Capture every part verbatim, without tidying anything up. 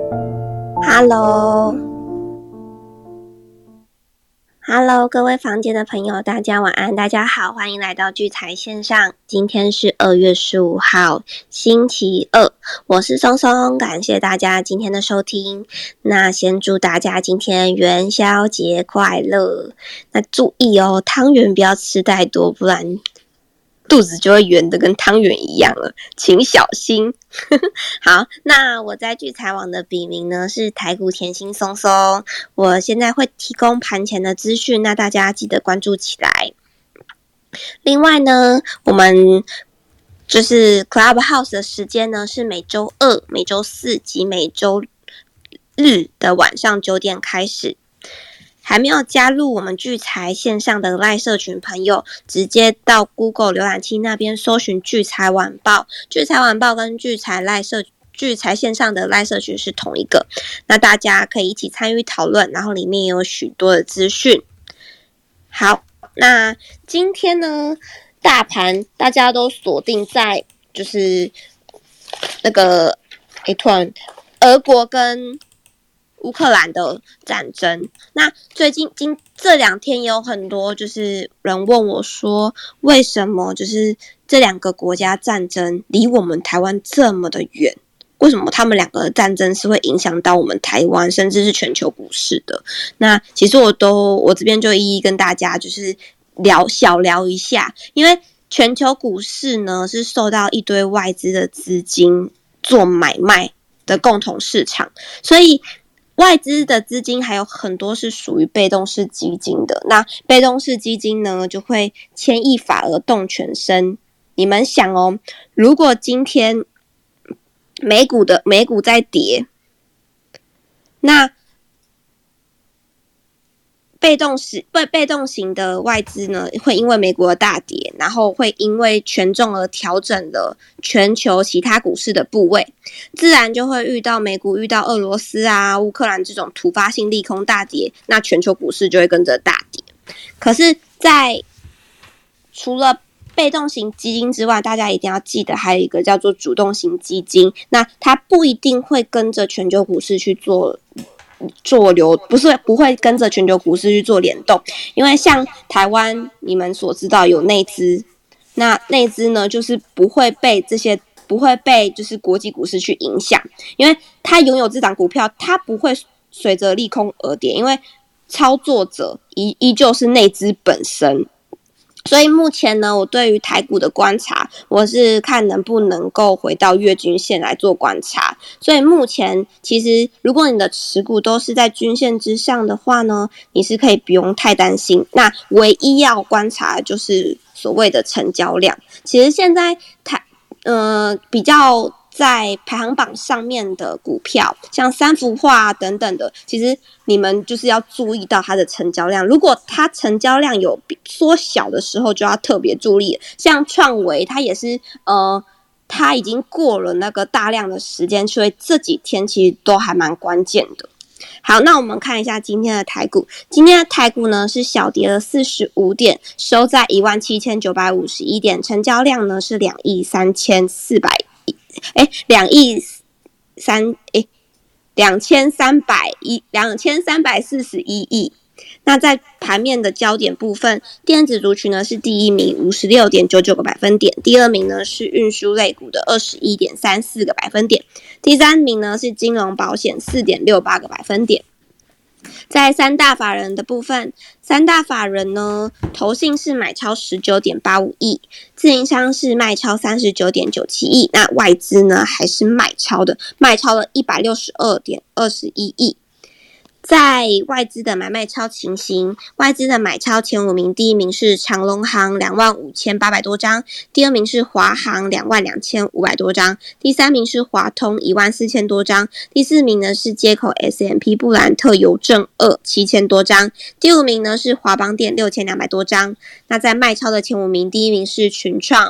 Hello，Hello，各位房间的朋友，大家晚安，大家好，欢迎来到聚财线上。今天是二月十五号，星期二，我是松松，感谢大家今天的收听。那先祝大家今天元宵节快乐。那注意哦，汤圆不要吃太多，不然肚子就会圆的跟汤圆一样了，请小心。好，那我在聚财网的笔名呢是台股甜心松松，我现在会提供盘前的资讯，那大家记得关注起来。另外呢，我们就是 Clubhouse 的时间呢是每周二、每周四及每周日的晚上九点开始。还没有加入我们聚财线上的 LINE 社群朋友，直接到 Google 浏览器那边搜寻聚财晚报。聚财晚报跟聚财 LINE 社聚财线上的 LINE 社群是同一个，那大家可以一起参与讨论，然后里面也有许多的资讯。好，那今天呢，大盘大家都锁定在就是那个，诶，突然俄国跟乌克兰的战争。那最近今这两天也有很多就是人问我说，为什么就是这两个国家战争离我们台湾这么的远？为什么他们两个的战争是会影响到我们台湾甚至是全球股市的？那其实我都我这边就一一跟大家就是聊小聊一下，因为全球股市呢是受到一堆外资的资金做买卖的共同市场，所以外资的资金还有很多是属于被动式基金的，那被动式基金呢就会牵一发而动全身。你们想哦，如果今天美股的美股在跌，那被动式被被动型的外资呢，会因为美国的大跌，然后会因为权重而调整了全球其他股市的部位，自然就会遇到美股遇到俄罗斯啊、乌克兰这种突发性利空大跌，那全球股市就会跟着大跌。可是，在除了被动型基金之外，大家一定要记得还有一个叫做主动型基金，那它不一定会跟着全球股市去做做流，不是不会跟着全球股市去做联动，因为像台湾你们所知道有内资，那内资呢就是不会被这些不会被就是国际股市去影响，因为它拥有这档股票，它不会随着利空而跌，因为操作者依依旧是内资本身。所以目前呢，我对于台股的观察，我是看能不能够回到月均线来做观察。所以目前其实如果你的持股都是在均线之上的话呢，你是可以不用太担心。那唯一要观察的就是所谓的成交量。其实现在台呃比较在排行榜上面的股票，像三幅画啊等等的，其实你们就是要注意到它的成交量。如果它成交量有缩小的时候，就要特别注意。像创惟，它也是呃，它已经过了那个大量的时间，所以这几天其实都还蛮关键的。好，那我们看一下今天的台股。今天的台股呢是小跌了四十五点，收在一万七千九百五十一点，成交量呢是两亿三千四百。哎，两亿三哎，两千三百一两千三百四十一亿。那在盘面的焦点部分，电子族群呢是第一名，五十六点九九个百分点；第二名呢是运输类股的二十一点三四个百分点；第三名呢是金融保险四点六八个百分点。在三大法人的部分，三大法人呢，投信是买超 十九点八五亿，自营商是卖超 三十九点九七亿，那外资呢还是卖超的，卖超了 一百六十二点二十一亿。在外资的买卖超情形，外资的买超前五名，第一名是长荣航两万五千八百多张，第二名是华航两万两千五百多张，第三名是华通一万四千多张，第四名呢是街口 S M P 布兰特邮政二七千多张，第五名呢是华邦电六千两百多张。那在卖超的前五名，第一名是群创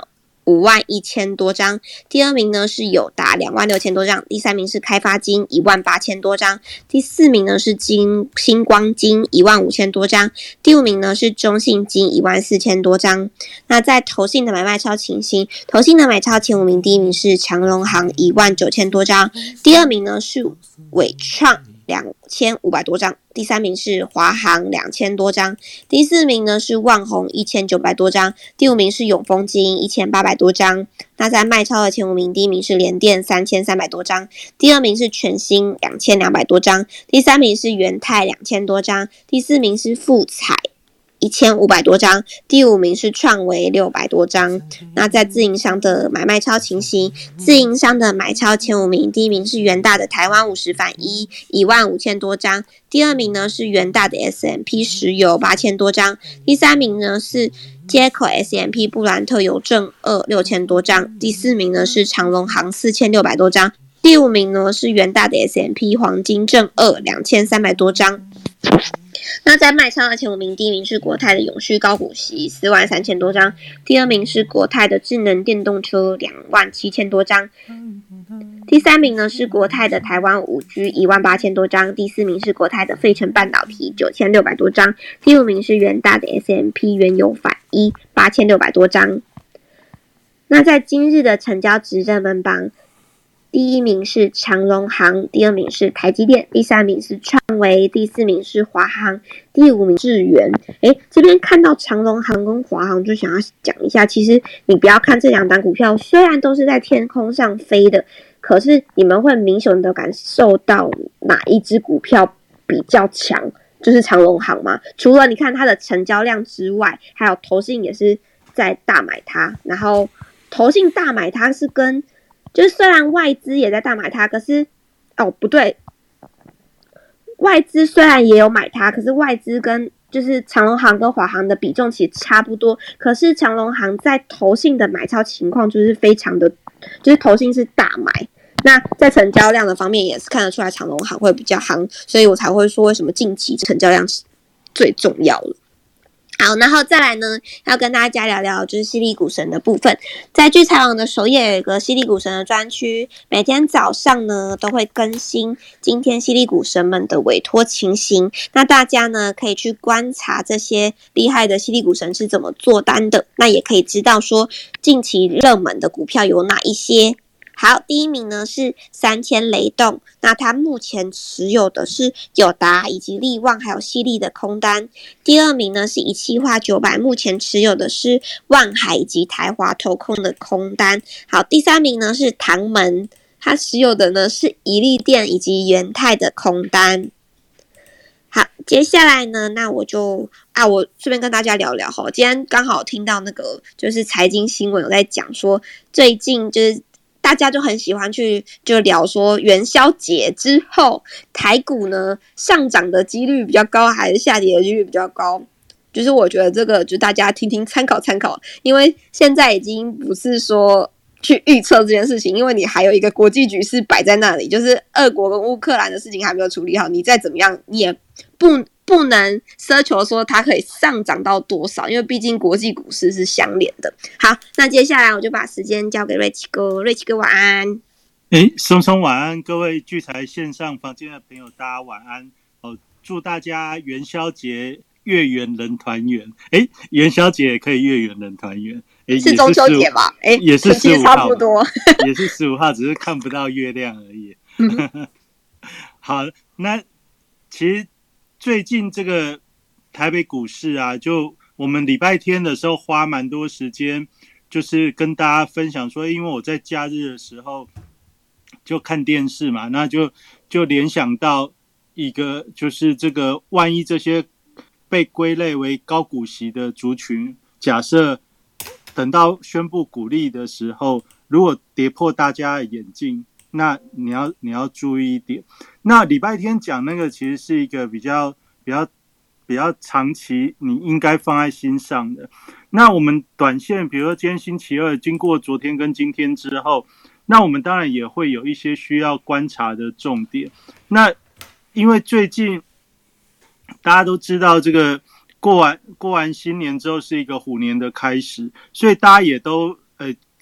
五万一千多张，第二名呢是友达两万六千多张，第三名是开发金一万八千多张，第四名呢是金星光金一万五千多张，第五名呢是中信金一万四千多张。那在投信的买卖超情形，投信的买超前五名，第一名是长荣航一万九千多张，第二名呢是伟创两千五百多张，第三名是华航两千多张，第四名呢是万宏一千九百多张，第五名是永丰金一千八百多张。那在卖超的前五名，第一名是联电三千三百多张，第二名是全新两千两百多张，第三名是元泰两千多张，第四名是富彩一千五百多张，第五名是创维六百多张。那在自营商的买卖超情形，自营商的买超前五名，第一名是元大的台湾五十反一一万五千多张，第二名呢是元大的 S M P 石油八千多张，第三名呢是街口 S M P 布兰特邮政二六千多张，第四名呢是长荣航四千六百多张，第五名呢是元大的 S M P 黄金正二两千三百多张。那在卖超的前五名，第一名是国泰的永续高股息四万三千多张，第二名是国泰的智能电动车两万七千多张，第三名呢是国泰的台湾 五 G 一万八千多张，第四名是国泰的费城半导体九千六百多张，第五名是元大的 S M P 原油反一八千六百多张。那在今日的成交值热门榜，第一名是长荣航，第二名是台积电，第三名是创维，第四名是华航，第五名智原。诶，这边看到长荣航跟华航，就想要讲一下，其实你不要看这两档股票，虽然都是在天空上飞的，可是你们会明显的感受到哪一只股票比较强，就是长荣航嘛。除了你看它的成交量之外，还有投信也是在大买它，然后投信大买它是跟就是虽然外资也在大买它，可是哦不对，外资虽然也有买它，可是外资跟就是长荣航跟华航的比重其实差不多，可是长荣航在投信的买超情况就是非常的，就是投信是大买。那在成交量的方面也是看得出来长荣航会比较夯，所以我才会说为什么近期成交量是最重要的。好，然后再来呢，要跟大家聊聊就是犀利股神的部分。在聚财网的首页有一个犀利股神的专区，每天早上呢都会更新今天犀利股神们的委托情形。那大家呢可以去观察这些厉害的犀利股神是怎么做单的，那也可以知道说近期热门的股票有哪一些。好，第一名呢是三千雷动，那它目前持有的是友达以及力旺还有犀利的空单。第二名呢是一汽化九百，目前持有的是万海以及台华投控的空单。好，第三名呢是唐门，它持有的呢是怡利电以及元泰的空单。好，接下来呢，那我就啊，我顺便跟大家聊聊哈。今天刚好听到那个就是财经新闻有在讲说，最近就是大家就很喜欢去就聊说元宵节之后台股呢上涨的几率比较高还是下跌的几率比较高，就是我觉得这个就大家听听参考参考，因为现在已经不是说去预测这件事情，因为你还有一个国际局势摆在那里，就是俄国跟乌克兰的事情还没有处理好，你再怎么样你也不不能奢求说它可以上涨到多少，因为毕竟国际股市是相连的。好，那接下来我就把时间交给瑞奇哥，瑞奇哥晚安。 诶，松松晚安，各位聚财线上房间的朋友，大家晚安。哦，祝大家元宵节月圆人团圆。诶，元宵节也可以月圆人团圆。诶， 是中秋节吧？诶， 也是十五号， 差不多， 也是十五号，只是看不到月亮而已。好，那其实最近这个台北股市啊，就我们礼拜天的时候花蛮多时间，就是跟大家分享说，因为我在假日的时候就看电视嘛，那就就联想到一个，就是这个万一这些被归类为高股息的族群，假设等到宣布股利的时候，如果跌破大家的眼镜，那你要你要注意一点。那礼拜天讲那个其实是一个比较比较比较长期你应该放在心上的。那我们短线，比如说今天星期二，经过昨天跟今天之后，那我们当然也会有一些需要观察的重点。那因为最近大家都知道这个过完过完新年之后是一个虎年的开始，所以大家也都呃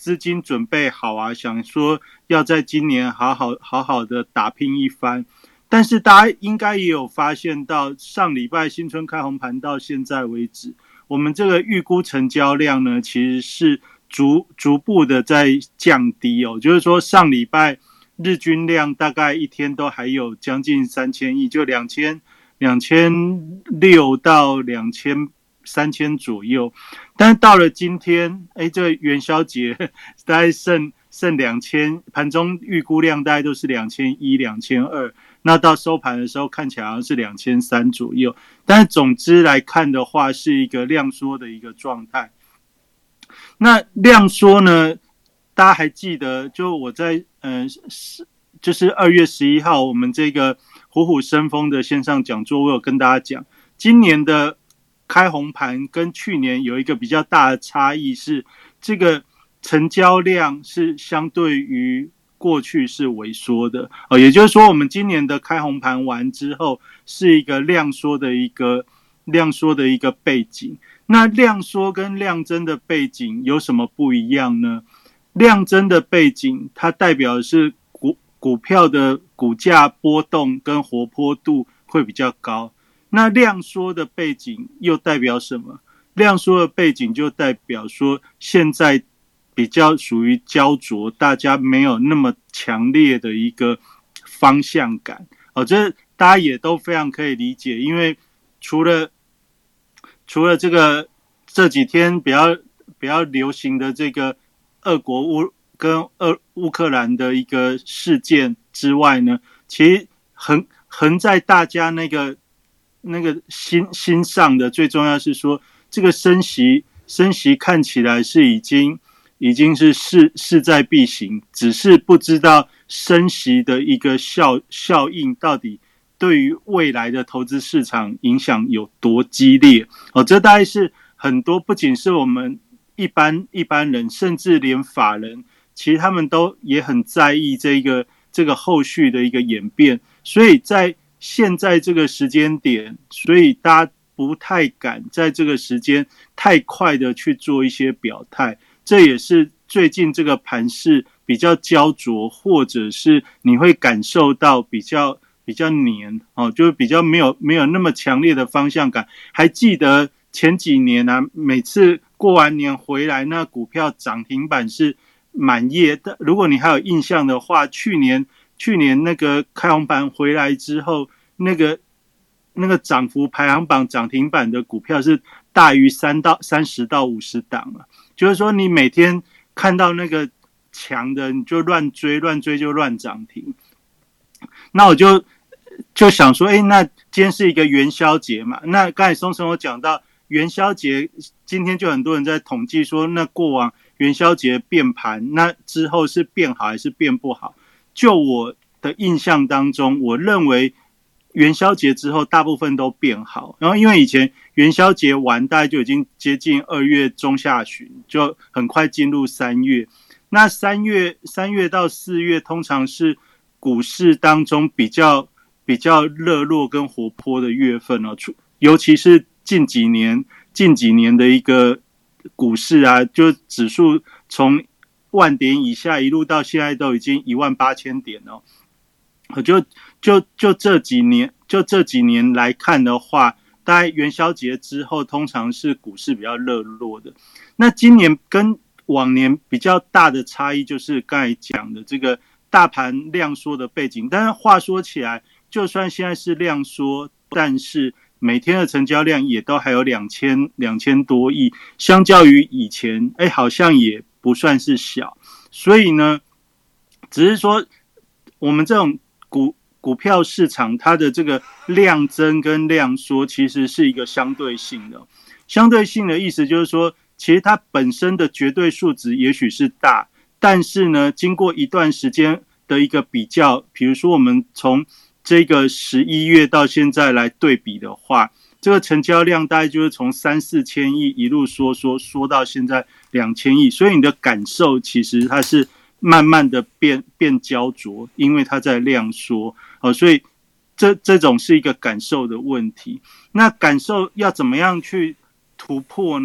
资金准备好啊，想说要在今年好好好好的打拼一番。但是大家应该也有发现到，上礼拜新春开红盘到现在为止，我们这个预估成交量呢，其实是逐逐步的在降低哦。就是说上礼拜日均量大概一天都还有将近三千亿，就两千两千六到两千三千左右。但是到了今天，哎，这元宵节大概剩剩两千，盘中预估量大概都是两千一、两千二。那到收盘的时候看起来好像是两千三左右，但是总之来看的话是一个量缩的一个状态。那量缩呢，大家还记得就我在呃就是二月十一号我们这个虎虎生风的线上讲座，我有跟大家讲，今年的开红盘跟去年有一个比较大的差异是，这个成交量是相对于过去是萎缩的，呃，也就是说，我们今年的开红盘完之后，是一个量缩的一个量缩的一个背景。那量缩跟量增的背景有什么不一样呢？量增的背景，它代表的是股股票的股价波动跟活泼度会比较高。那量缩的背景又代表什么？量缩的背景就代表说，现在比较属于焦灼，大家没有那么强烈的一个方向感。哦，这大家也都非常可以理解，因为除了除了这个这几天比较比较流行的这个俄国乌跟俄乌克兰的一个事件之外呢，其实横横在大家那个那个心心上的最重要是说，这个升息升息看起来是已经。已经是势势在必行，只是不知道升息的一个效效应到底对于未来的投资市场影响有多激烈。哦，这大概是很多不仅是我们一般一般人，甚至连法人，其实他们都也很在意这个这个后续的一个演变。所以在现在这个时间点，所以大家不太敢在这个时间太快的去做一些表态。这也是最近这个盘势比较焦灼，或者是你会感受到比较比较黏哦，就是比较没有没有那么强烈的方向感。还记得前几年啊，每次过完年回来，那股票涨停板是满夜的。如果你还有印象的话，去年去年那个开红盘回来之后，那个那个涨幅排行榜涨停板的股票是大于三到三十到五十档啊。就是说，你每天看到那个强的，你就乱追，乱追就乱涨停。那我就就想说，哎，那今天是一个元宵节嘛？那刚才松松有讲到元宵节，今天就很多人在统计说，那过往元宵节变盘，那之后是变好还是变不好？就我的印象当中，我认为元宵节之后大部分都变好，然后因为以前元宵节完大概就已经接近二月中下旬，就很快进入三月。那三月三月到四月通常是股市当中比较比较热络跟活泼的月份哦，尤其是近几年近几年的一个股市啊，就指数从万点以下一路到现在都已经一万八千点哦。就就就这几年，就这几年来看的话，大概元宵节之后，通常是股市比较热络的。那今年跟往年比较大的差异，就是刚才讲的这个大盘量缩的背景。但是话说起来，就算现在是量缩，但是每天的成交量也都还有两千两千多亿，相较于以前，哎，好像也不算是小。所以呢，只是说我们这种股股票市场它的这个量增跟量缩其实是一个相对性的。相对性的意思就是说，其实它本身的绝对数值也许是大，但是呢，经过一段时间的一个比较，比如说我们从这个十一月到现在来对比的话，这个成交量大概就是从三四千亿一路缩缩缩到现在两千亿，所以你的感受其实它是慢慢的变变焦灼，因为它在量缩，哦，所以这这种是一个感受的问题。那感受要怎么样去突破呢？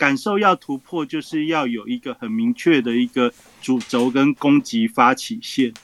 感受要突破，就是要有一个很明确的一个主轴跟攻击发起线。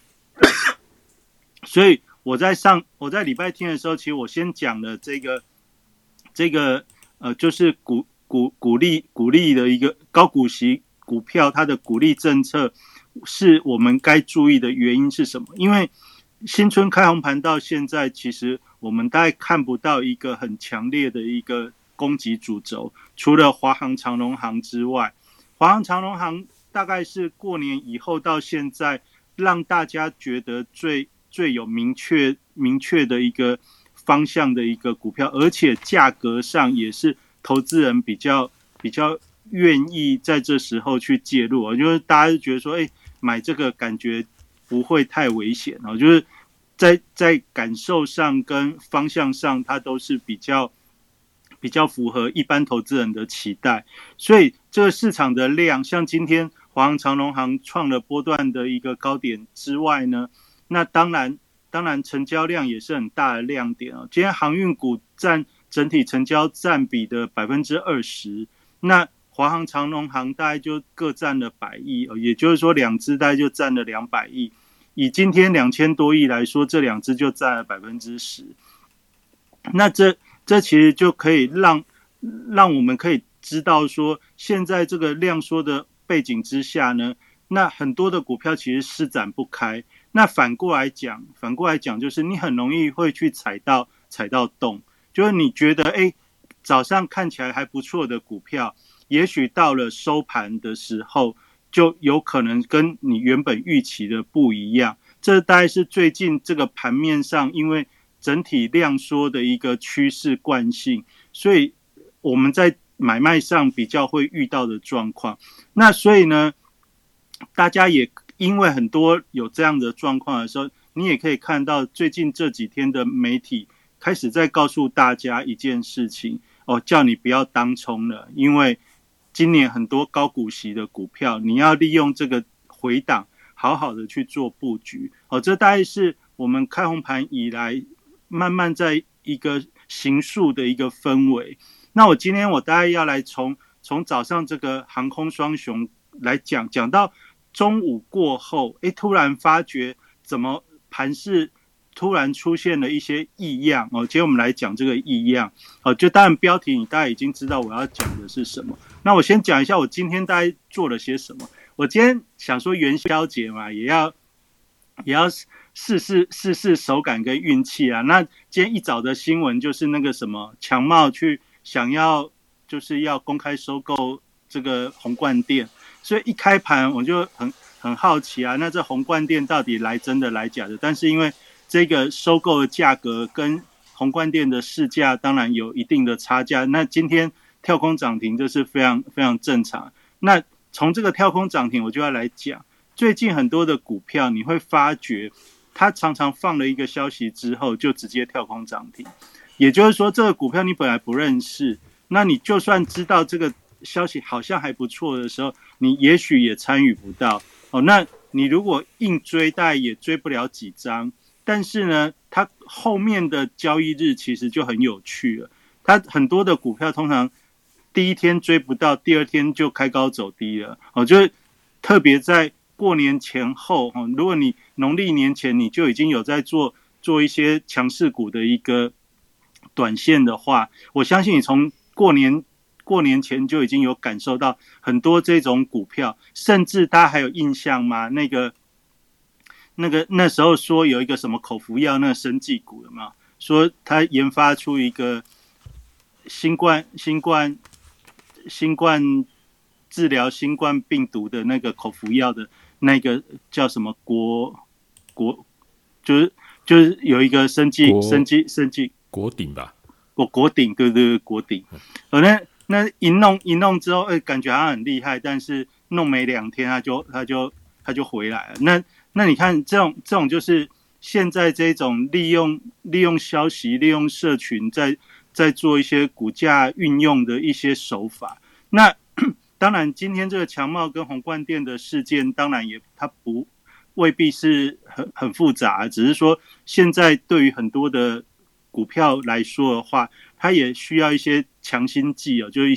所以我在上我在礼拜天的时候，其实我先讲了这个这个呃，就是股股股利股利的一个高股息股票，它的股利政策是我们该注意的原因是什么？因为新春开红盘到现在，其实我们大概看不到一个很强烈的一个攻击主轴，除了华航、长荣航之外，华航、长荣航大概是过年以后到现在让大家觉得最最有明确明确的一个方向的一个股票，而且价格上也是投资人比较比较愿意在这时候去介入，就是大家就觉得说，哎，买这个感觉不会太危险，就是在在感受上跟方向上，它都是比较比较符合一般投资人的期待，所以这个市场的量，像今天华航、长荣航创了波段的一个高点之外呢，那当然当然成交量也是很大的亮点哦。今天航运股占整体成交占比的百分之二十，那华航、长荣航大概就各占了百亿，也就是说两只大概就占了两百亿。以今天两千多亿来说，这两只就占了百分之十。那这这其实就可以让让我们可以知道说，现在这个量缩的背景之下呢，那很多的股票其实施展不开。那反过来讲，反过来讲就是你很容易会去踩到踩到洞，就是你觉得哎，早上看起来还不错的股票，也许到了收盘的时候，就有可能跟你原本预期的不一样。这大概是最近这个盘面上，因为整体量缩的一个趋势惯性，所以我们在买卖上比较会遇到的状况。那所以呢，大家也因为很多有这样的状况的时候，你也可以看到最近这几天的媒体开始在告诉大家一件事情哦，叫你不要当冲了，因为今年很多高股息的股票，你要利用这个回档，好好的去做布局哦。这大概是我们开红盘以来慢慢在一个形塑的一个氛围。那我今天我大概要来从从早上这个航空双雄来讲，讲到中午过后，哎，突然发觉怎么盘势突然出现了一些异样哦。今天我们来讲这个异样哦，就当然标题你大概已经知道我要讲的是什么。那我先讲一下我今天大概做了些什么。我今天想说元宵节嘛，也要也要试试试试手感跟运气啊。那今天一早的新闻就是那个什么强茂去想要就是要公开收购这个宏冠电，所以一开盘我就很很好奇啊，那这宏冠电到底来真的来假的？但是因为这个收购的价格跟宏冠电的市价当然有一定的差价，那今天跳空涨停这是非常非常正常。那从这个跳空涨停我就要来讲，最近很多的股票你会发觉它常常放了一个消息之后就直接跳空涨停，也就是说这个股票你本来不认识，那你就算知道这个消息好像还不错的时候，你也许也参与不到哦。那你如果硬追大概也追不了几张，但是呢它后面的交易日其实就很有趣了。它很多的股票通常第一天追不到，第二天就开高走低了哦，就是特别在过年前后哦，如果你农历年前你就已经有在做做一些强势股的一个短线的话，我相信你从过年过年前就已经有感受到很多这种股票，甚至大家还有印象吗？那个那个那时候说有一个什么口服药，那个生技股有没有？说他研发出一个新冠新冠新冠治疗新冠病毒的那个口服药的那个叫什么国国，就是就是有一个生技生技生技国鼎吧， 国国鼎，对对对，国鼎。呃，那那一弄一弄之后，哎，感觉好像很厉害，但是弄没两天，他就他就他就回来了。那那你看这种这种就是现在这种利用利用消息、利用社群在在做一些股价运用的一些手法。那当然，今天这个强茂跟宏冠电的事件，当然也它不未必是很很复杂，只是说现在对于很多的股票来说的话，它也需要一些强心剂哦，就是一些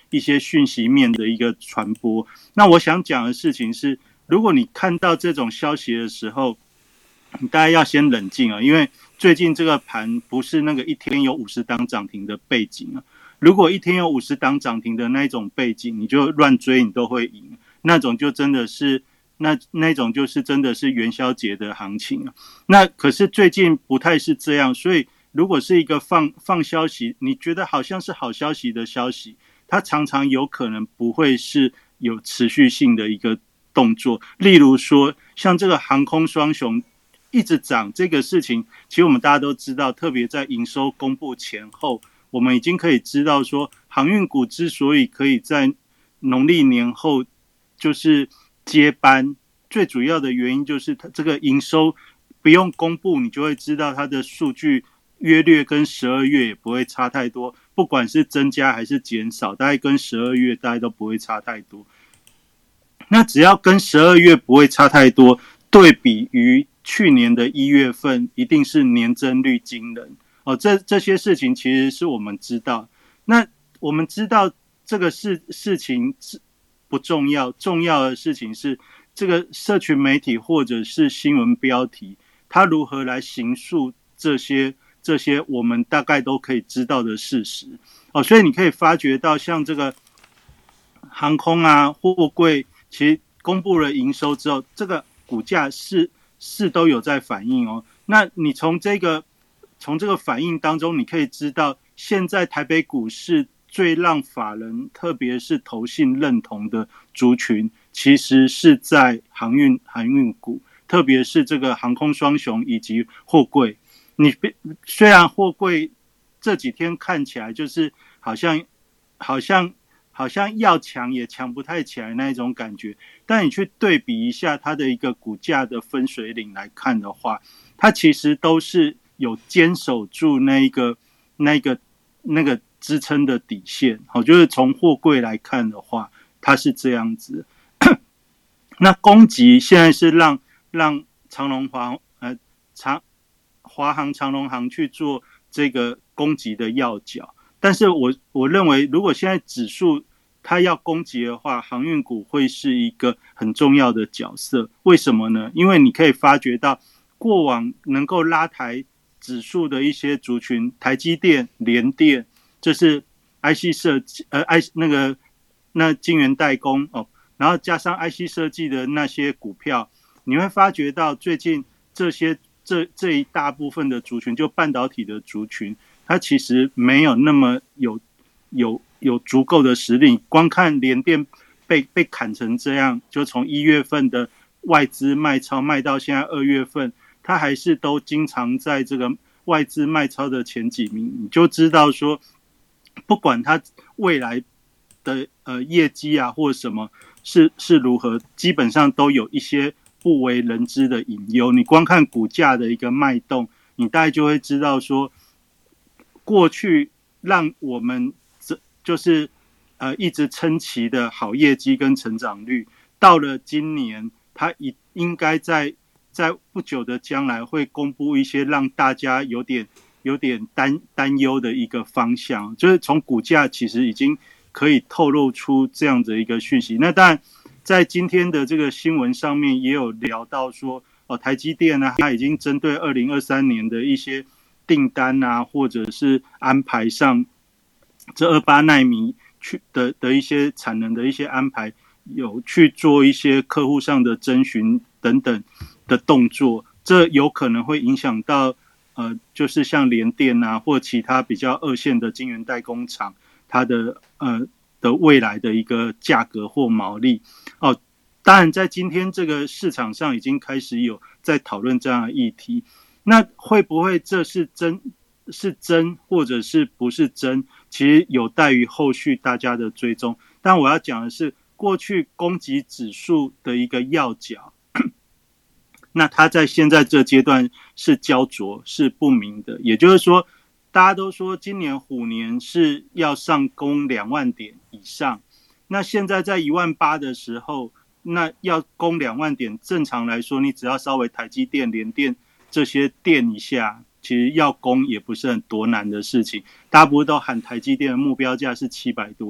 一些讯息面的一个传播。那我想讲的事情是，如果你看到这种消息的时候，你大概要先冷静啊，因为最近这个盘不是那个一天有五十档涨停的背景啊。如果一天有五十档涨停的那一种背景，你就乱追你都会赢，那种就真的是那那种就是真的是元宵节的行情啊。那可是最近不太是这样，所以如果是一个放放消息，你觉得好像是好消息的消息，它常常有可能不会是有持续性的一个动作。例如说，像这个航空双雄一直涨这个事情，其实我们大家都知道，特别在营收公布前后，我们已经可以知道说，航运股之所以可以在农历年后就是接班，最主要的原因就是它这个营收不用公布，你就会知道它的数据约略跟十二月也不会差太多，不管是增加还是减少，大概跟十二月大概都不会差太多。那只要跟十二月不会差太多，对比于去年的一月份，一定是年增率惊人哦。这这些事情其实是我们知道。那我们知道这个事事情不重要，重要的事情是这个社群媒体或者是新闻标题，它如何来形塑这些这些我们大概都可以知道的事实哦。所以你可以发觉到，像这个航空啊、货柜，其实公布了营收之后，这个股价是是都有在反应哦。那你从这个从这个反应当中，你可以知道，现在台北股市最让法人，特别是投信认同的族群，其实是在航运航运股，特别是这个航空双雄以及货柜。你虽然货柜这几天看起来就是好像好像好像要强也强不太起来那一种感觉，但你去对比一下它的一个股价的分水岭来看的话，它其实都是有坚守住那一个那个那个支撑的底线。好，就是从货柜来看的话，它是这样子。那攻击现在是让让长荣华呃长华航长荣航去做这个攻击的要角。但是我我认为，如果现在指数它要攻击的话，航运股会是一个很重要的角色。为什么呢？因为你可以发觉到，过往能够拉抬指数的一些族群，台积电、联电，这是 I C 设计，呃 ，I 那个那晶圆代工哦，然后加上 I C 设计的那些股票，你会发觉到最近这些这这一大部分的族群，就半导体的族群，它其实没有那么有有有足够的实力。光看联电被被砍成这样，就从一月份的外资卖超卖到现在二月份，它还是都经常在这个外资卖超的前几名，你就知道说，不管它未来的呃业绩啊或什么是是如何，基本上都有一些不为人知的隐忧。你光看股价的一个脉动，你大概就会知道说，过去让我们就是呃一直撑旗的好业绩跟成长率，到了今年，它应该在在不久的将来会公布一些让大家有点有点担担忧的一个方向，就是从股价其实已经可以透露出这样的一个讯息。那当然，在今天的这个新闻上面也有聊到说，哦，台积电呢，它已经针对二零二三年的一些订单啊，或者是安排上这二八奈米去的的一些产能的一些安排，有去做一些客户上的征询等等的动作，这有可能会影响到呃，就是像联电啊，或其他比较二线的晶圆代工厂，它的呃的未来的一个价格或毛利哦。当然，在今天这个市场上已经开始有在讨论这样的议题，那会不会这是真是真或者是不是真，其实有待于后续大家的追踪。但我要讲的是，过去攻击指数的一个要角，那它在现在这阶段是焦灼，是不明的。也就是说，大家都说今年虎年是要上攻两万点以上，那现在在一万八的时候，那要攻两万点，正常来说，你只要稍微台积电、联电这些垫一下，其实要攻也不是很多难的事情。大家不是都喊台积电的目标价是七百多？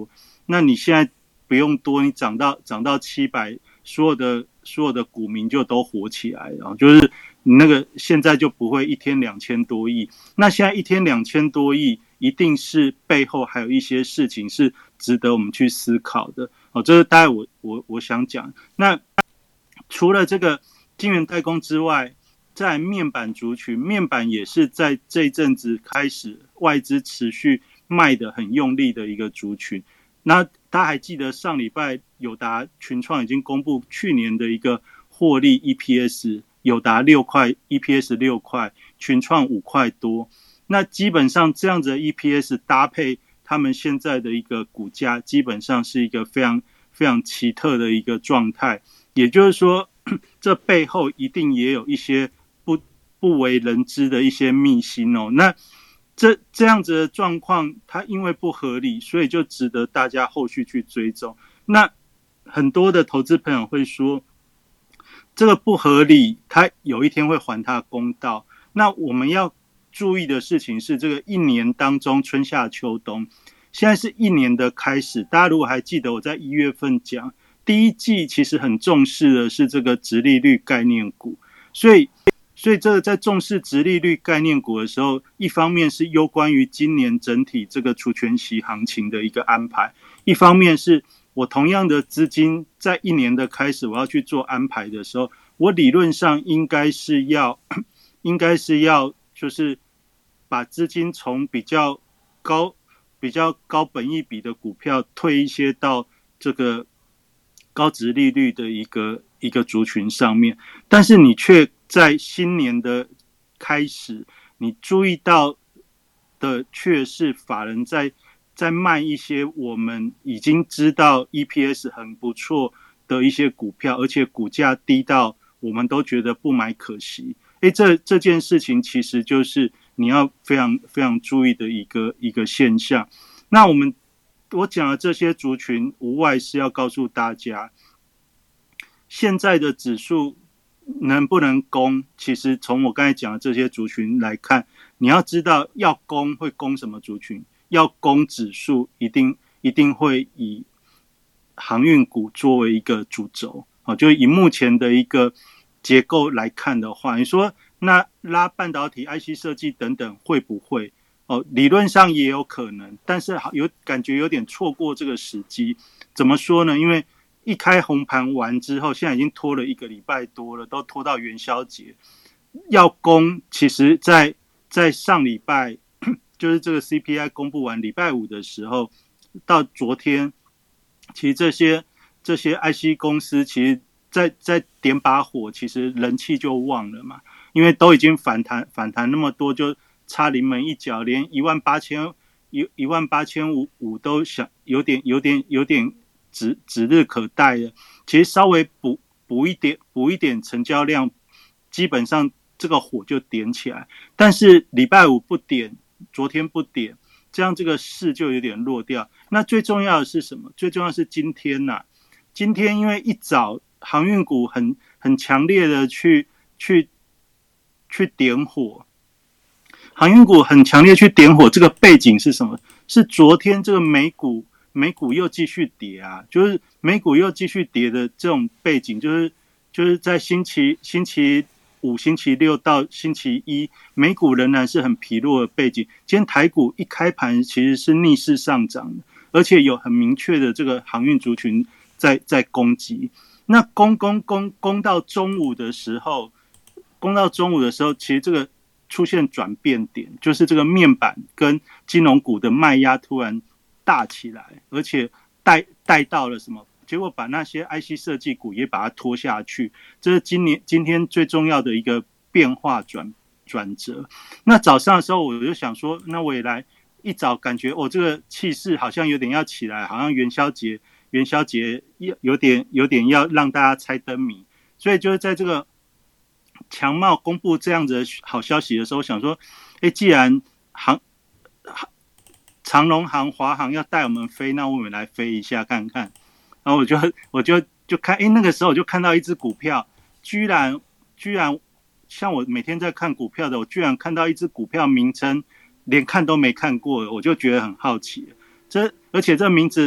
那你现在不用多，你涨到涨到七百，所有的所有的股民就都活起来了，就是你那个现在就不会一天两千多亿，那现在一天两千多亿，一定是背后还有一些事情是值得我们去思考的哦。这是大概我我我想讲。那除了这个晶圆代工之外，在面板族群，面板也是在这一阵子开始外资持续卖的很用力的一个族群。那大家还记得上礼拜友达、群创已经公布去年的一个获利 E P S， 友达六块 E P S 六块，群创五块多。那基本上这样子的 E P S 搭配他们现在的一个股价，基本上是一个非常非常奇特的一个状态。也就是说，这背后一定也有一些不不为人知的一些秘辛哦。那这这样子的状况，它因为不合理，所以就值得大家后续去追踪。那很多的投资朋友会说，这个不合理，它有一天会还它公道。那我们要注意的事情是，这个一年当中春夏秋冬，现在是一年的开始。大家如果还记得我在一月份讲，第一季其实很重视的是这个殖利率概念股，所以。所以这个在重视殖利率概念股的时候，一方面是攸关于今年整体这个除权息行情的一个安排，一方面是我同样的资金在一年的开始我要去做安排的时候，我理论上应该是要应该是要就是把资金从比较高比较高本益比的股票退一些到这个高殖利率的一个一个族群上面，但是你却在新年的开始，你注意到的却是法人在在卖一些我们已经知道 E P S 很不错的一些股票，而且股价低到我们都觉得不买可惜。诶，这这件事情其实就是你要非常非常注意的一个一个现象。那我们我讲的这些族群，无外是要告诉大家，现在的指数能不能攻？其实从我刚才讲的这些族群来看，你要知道要攻会攻什么族群，要攻指数一定一定会以航运股作为一个主轴，就以目前的一个结构来看的话，你说那拉半导体、I C 设计等等会不会？哦，理论上也有可能，但是有感觉有点错过这个时机。怎么说呢？因为一开红盘完之后，现在已经拖了一个礼拜多了，都拖到元宵节。要攻，其实在在上礼拜，就是这个 C P I 公布完礼拜五的时候，到昨天，其实这些这些 I C 公司，其实在在点把火，其实人气就旺了嘛，因为都已经反弹反弹那么多，就差临门一脚，连一万八千一一万八千五五都想有点有点有点。指指日可待的，其实稍微补补一点补一点成交量，基本上这个火就点起来。但是礼拜五不点，昨天不点，这样这个势就有点落掉。那最重要的是什么？最重要的是今天呐、啊，今天因为一早航运股很很强烈的去去去点火，航运股很强烈去点火，这个背景是什么？是昨天这个美股。美股又继续跌啊，就是美股又继续跌的这种背景，就是就是在星期星期五、星期六到星期一，美股仍然是很疲弱的背景。今天台股一开盘其实是逆势上涨的，而且有很明确的这个航运族群在在攻击。那攻攻攻攻到中午的时候，攻到中午的时候，其实这个出现转变点，就是这个面板跟金融股的卖压突然大起来，而且带带到了什么？结果把那些 I C 设计股也把它拖下去，这是今年今天最重要的一个变化转转折。那早上的时候，我就想说，那我也来一早感觉哦，这个气势好像有点要起来，好像元宵节元宵节有点有点要让大家猜灯谜，所以就是在这个强茂公布这样子的好消息的时候，想说，哎，既然航长荣航、华航要带我们飞，那我们来飞一下看看。然后我就我就就看，哎，那个时候我就看到一只股票，居然居然像我每天在看股票的，我居然看到一只股票名称连看都没看过，我就觉得很好奇。这而且这名字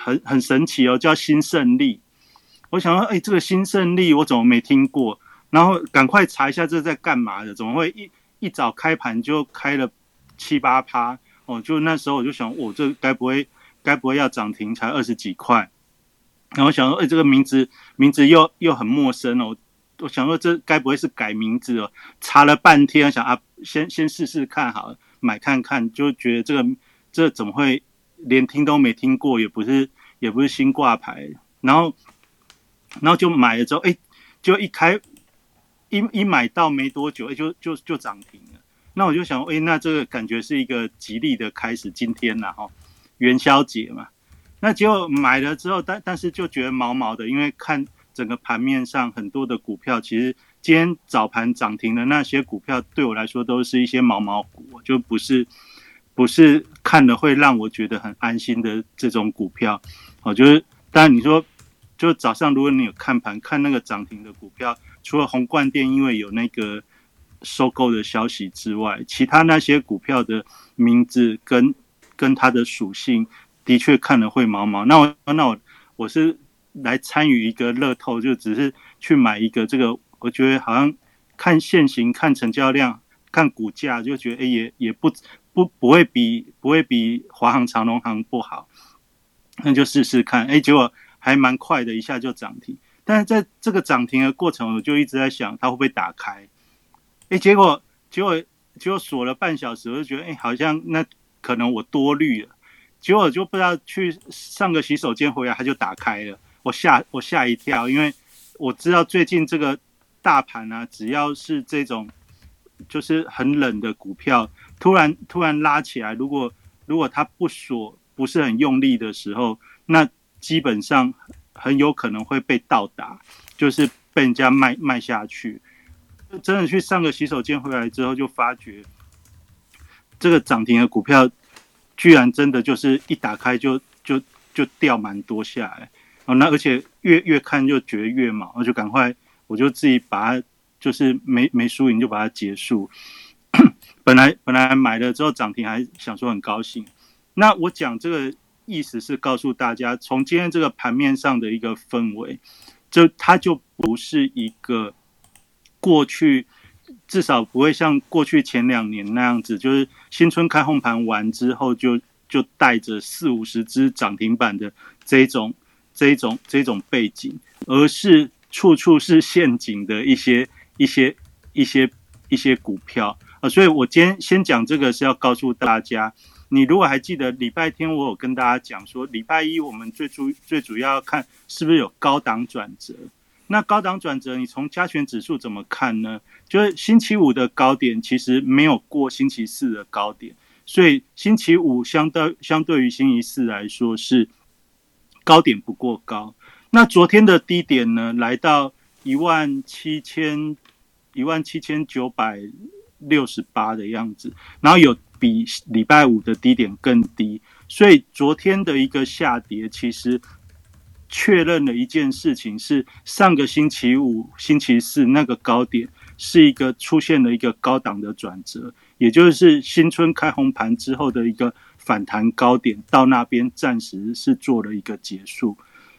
很很神奇哦，叫新胜利。我想说，哎，这个新胜利我怎么没听过？然后赶快查一下这在干嘛的，怎么会一一早开盘就开了七八趴？哦，就那时候我就想，我、哦、这该不会该不会要涨停才二十几块？然后想说，哎，这个名字名字又又很陌生哦。我想说，这该不会是改名字哦？查了半天，想啊，先先试试看好了，买看看，就觉得这个这怎么会连听都没听过，也不是也不是新挂牌，然后然后就买了之后，哎，就一开一一买到没多久，哎，就就就涨停了。那我就想，哎，那这个感觉是一个吉利的开始。今天呐，哈，元宵节嘛，那结果买了之后，但但是就觉得毛毛的，因为看整个盘面上很多的股票，其实今天早盘涨停的那些股票，对我来说都是一些毛毛股，就不是不是看了会让我觉得很安心的这种股票。哦，就是当然你说，就早上如果你有看盘看那个涨停的股票，除了宏冠电因为有那个收购的消息之外，其他那些股票的名字跟跟它的属性的确看了会毛毛。那我那我我是来参与一个乐透，就只是去买一个这个，我觉得好像看现行、看成交量、看股价，就觉得、欸、也也不不不会比不会比华航、长荣航不好，那就试试看。哎、欸，结果还蛮快的，一下就涨停。但是在这个涨停的过程，我就一直在想它会不会打开。哎，结果结果结果锁了半小时，我就觉得，哎，好像那可能我多虑了。结果我就不知道去上个洗手间回来，它就打开了，我吓我吓一跳，因为我知道最近这个大盘啊，只要是这种就是很冷的股票，突然突然拉起来，如果如果它不锁，不是很用力的时候，那基本上很有可能会被倒打，就是被人家卖卖下去。真的去上个洗手间回来之后，就发觉这个涨停的股票居然真的就是一打开就就就掉蛮多下来，哦，那而且越越看就觉得越毛，我就赶快我就自己把它就是没没输赢就把它结束。本来本来买了之后涨停还想说很高兴，那我讲这个意思是告诉大家，从今天这个盘面上的一个氛围，就它就不是一个过去至少不会像过去前两年那样子，就是新春开红盘完之后就就带着四五十只涨停板的这种这种这种背景，而是处处是陷阱的一些一些一些一些股票啊。所以我今天先讲这个是要告诉大家，你如果还记得礼拜天我有跟大家讲说，礼拜一我们最主最主要要看是不是有高档转折。那高档转折，你从加权指数怎么看呢？就是星期五的高点其实没有过星期四的高点，所以星期五相对相对于星期四来说是高点不过高。那昨天的低点呢，来到一万七千一万七千九百六十八的样子，然后有比礼拜五的低点更低，所以昨天的一个下跌其实确认了一件事情，是上个星期五、星期四那个高点是一个出现了一个高档的转折，也就是新春开红盘之后的一个反弹高点，到那边暂时是做了一个结束。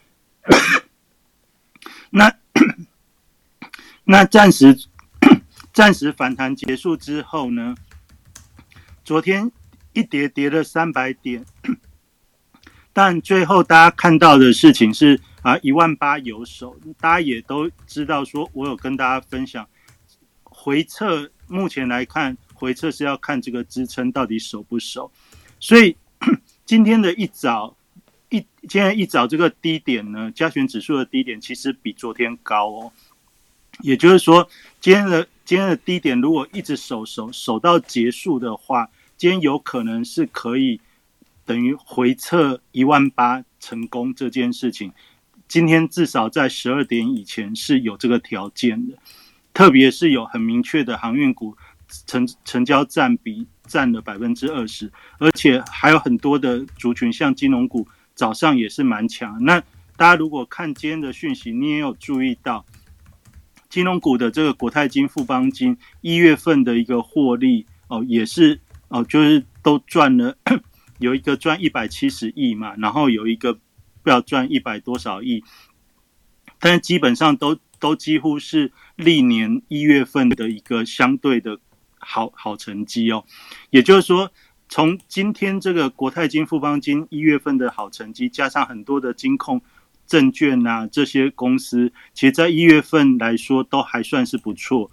那那暂时暂时反弹结束之后呢，昨天一跌跌了三百点。但最后大家看到的事情是啊，一万八有手，大家也都知道说，我有跟大家分享，回撤目前来看，回撤是要看这个支撑到底守不守。所以今天的一早一今天一早这个低点呢，加权指数的低点其实比昨天高哦，也就是说，今天的今天的低点如果一直守守守到结束的话，今天有可能是可以等于回测一万八成功这件事情，今天至少在十二点以前是有这个条件的，特别是有很明确的航运股成成交占比占了百分之二十，而且还有很多的族群，像金融股早上也是蛮强。那大家如果看今天的讯息，你也有注意到，金融股的这个国泰金、富邦金一月份的一个获利哦，也是哦，就是都赚了。有一个赚一百七十亿嘛，然后有一个不知道赚一百多少亿，但是基本上都都几乎是历年一月份的一个相对的好好成绩哦。也就是说，从今天这个国泰金、富邦金一月份的好成绩，加上很多的金控证券啊这些公司，其实在一月份来说都还算是不错。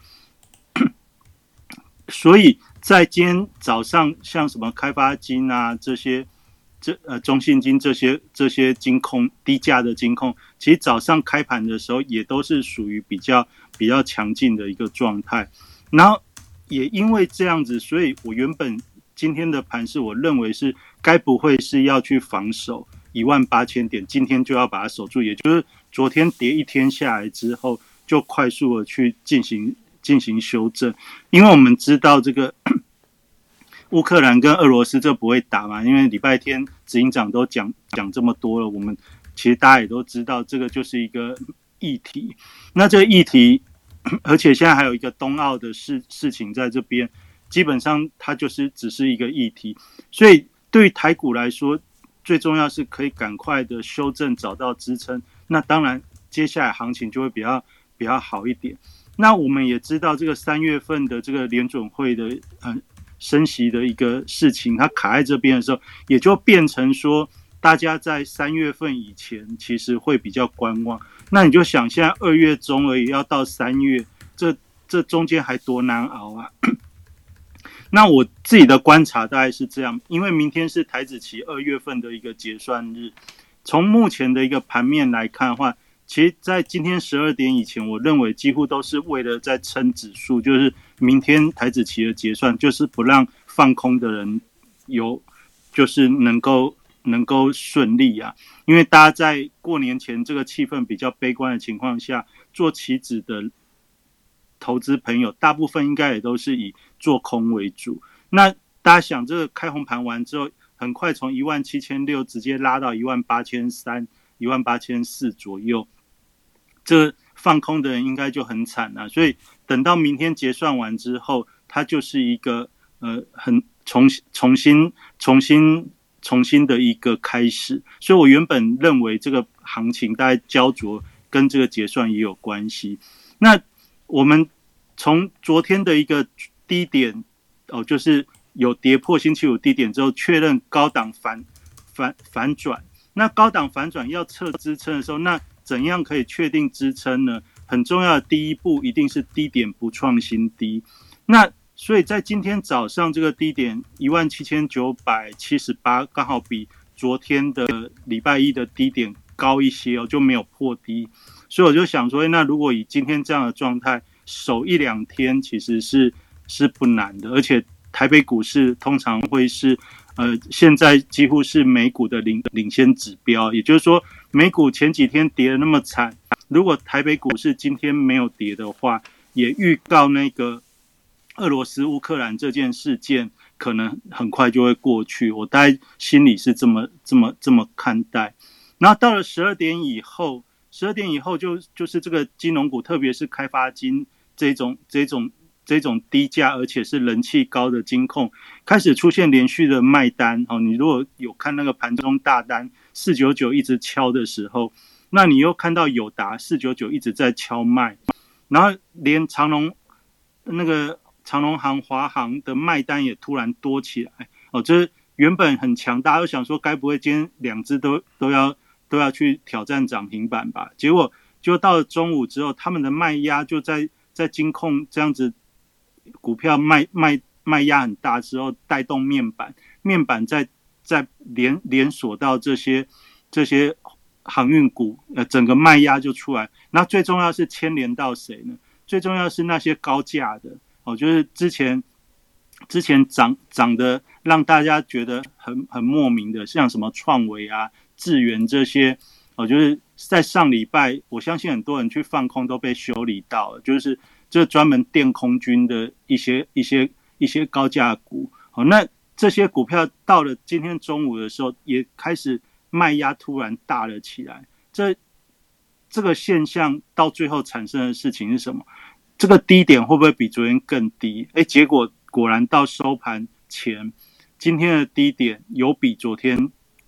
所以在今天早上，像什么开发金啊这些，这呃中信金这些这些金控低价的金控，其实早上开盘的时候也都是属于比较比较强劲的一个状态。然后也因为这样子，所以我原本今天的盘势，我认为是该不会是要去防守一万八千点，今天就要把它守住，也就是昨天跌一天下来之后，就快速的去进行。进行修正，因为我们知道这个乌克兰跟俄罗斯这不会打嘛，因为礼拜天执行长都讲讲这么多了，我们其实大家也都知道，这个就是一个议题。那这个议题，而且现在还有一个冬奥的事事情在这边，基本上它就是只是一个议题，所以对于台股来说，最重要是可以赶快的修正，找到支撑。那当然，接下来行情就会比较比较好一点。那我们也知道，这个三月份的这个联准会的呃升息的一个事情，它卡在这边的时候，也就变成说，大家在三月份以前其实会比较观望。那你就想，现在二月中而已，要到三月，这这中间还多难熬啊！那我自己的观察大概是这样，因为明天是台指期二月份的一个结算日，从目前的一个盘面来看的话，其实在今天十二点以前，我认为几乎都是为了在撑指数，就是明天台指期的结算，就是不让放空的人有，就是能够能够顺利啊。因为大家在过年前这个气氛比较悲观的情况下，做期指的投资朋友，大部分应该也都是以做空为主。那大家想，这个开红盘完之后，很快从一万七千六直接拉到一万八千三、一万八千四左右。这放空的人应该就很惨了、啊，所以等到明天结算完之后，它就是一个呃很重重新重新重新的一个开始。所以我原本认为这个行情大概焦灼跟这个结算也有关系。那我们从昨天的一个低点哦，就是有跌破星期五低点之后，确认高档反反反转。那高档反转要测支撑的时候，那怎样可以确定支撑呢？很重要的第一步一定是低点不创新低。那所以在今天早上这个低点一万七千九百七十八，刚好比昨天的礼拜一的低点高一些哦，就没有破低。所以我就想说，那如果以今天这样的状态守一两天，其实是是不难的。而且台北股市通常会是呃，现在几乎是美股的领领先指标，也就是说，美股前几天跌得那么惨，如果台北股市今天没有跌的话，也预告那个俄罗斯乌克兰这件事件可能很快就会过去。我大概心里是这么这么这么看待。然后到了十二点以后，十二点以后就就是这个金融股，特别是开发金这种这种。这种低价而且是人气高的金控开始出现连续的卖单、哦、你如果有看那个盘中大单四九九一直敲的时候，那你又看到友达四九九一直在敲卖，然后连长荣那个长荣航华航的卖单也突然多起来哦，就是原本很强，大家都想说该不会今天两只都都要都要去挑战涨停板吧，结果就到了中午之后，他们的卖压就在在金控这样子股票卖卖卖压很大之后，带动面板，面板再再连连锁到这些这些航运股，呃，整个卖压就出来。那最重要是牵连到谁呢？最重要是那些高价的哦，就是之前之前涨涨的让大家觉得很很莫名的，像什么创维啊、智原这些，哦，就是在上礼拜，我相信很多人去放空都被修理到了，就是。这专门电空军的一些一些一些高价股，好，那这些股票到了今天中午的时候，也开始卖压突然大了起来。这这个现象到最后产生的事情是什么？这个低点会不会比昨天更低？哎，结果果然到收盘前，今天的低点有比昨天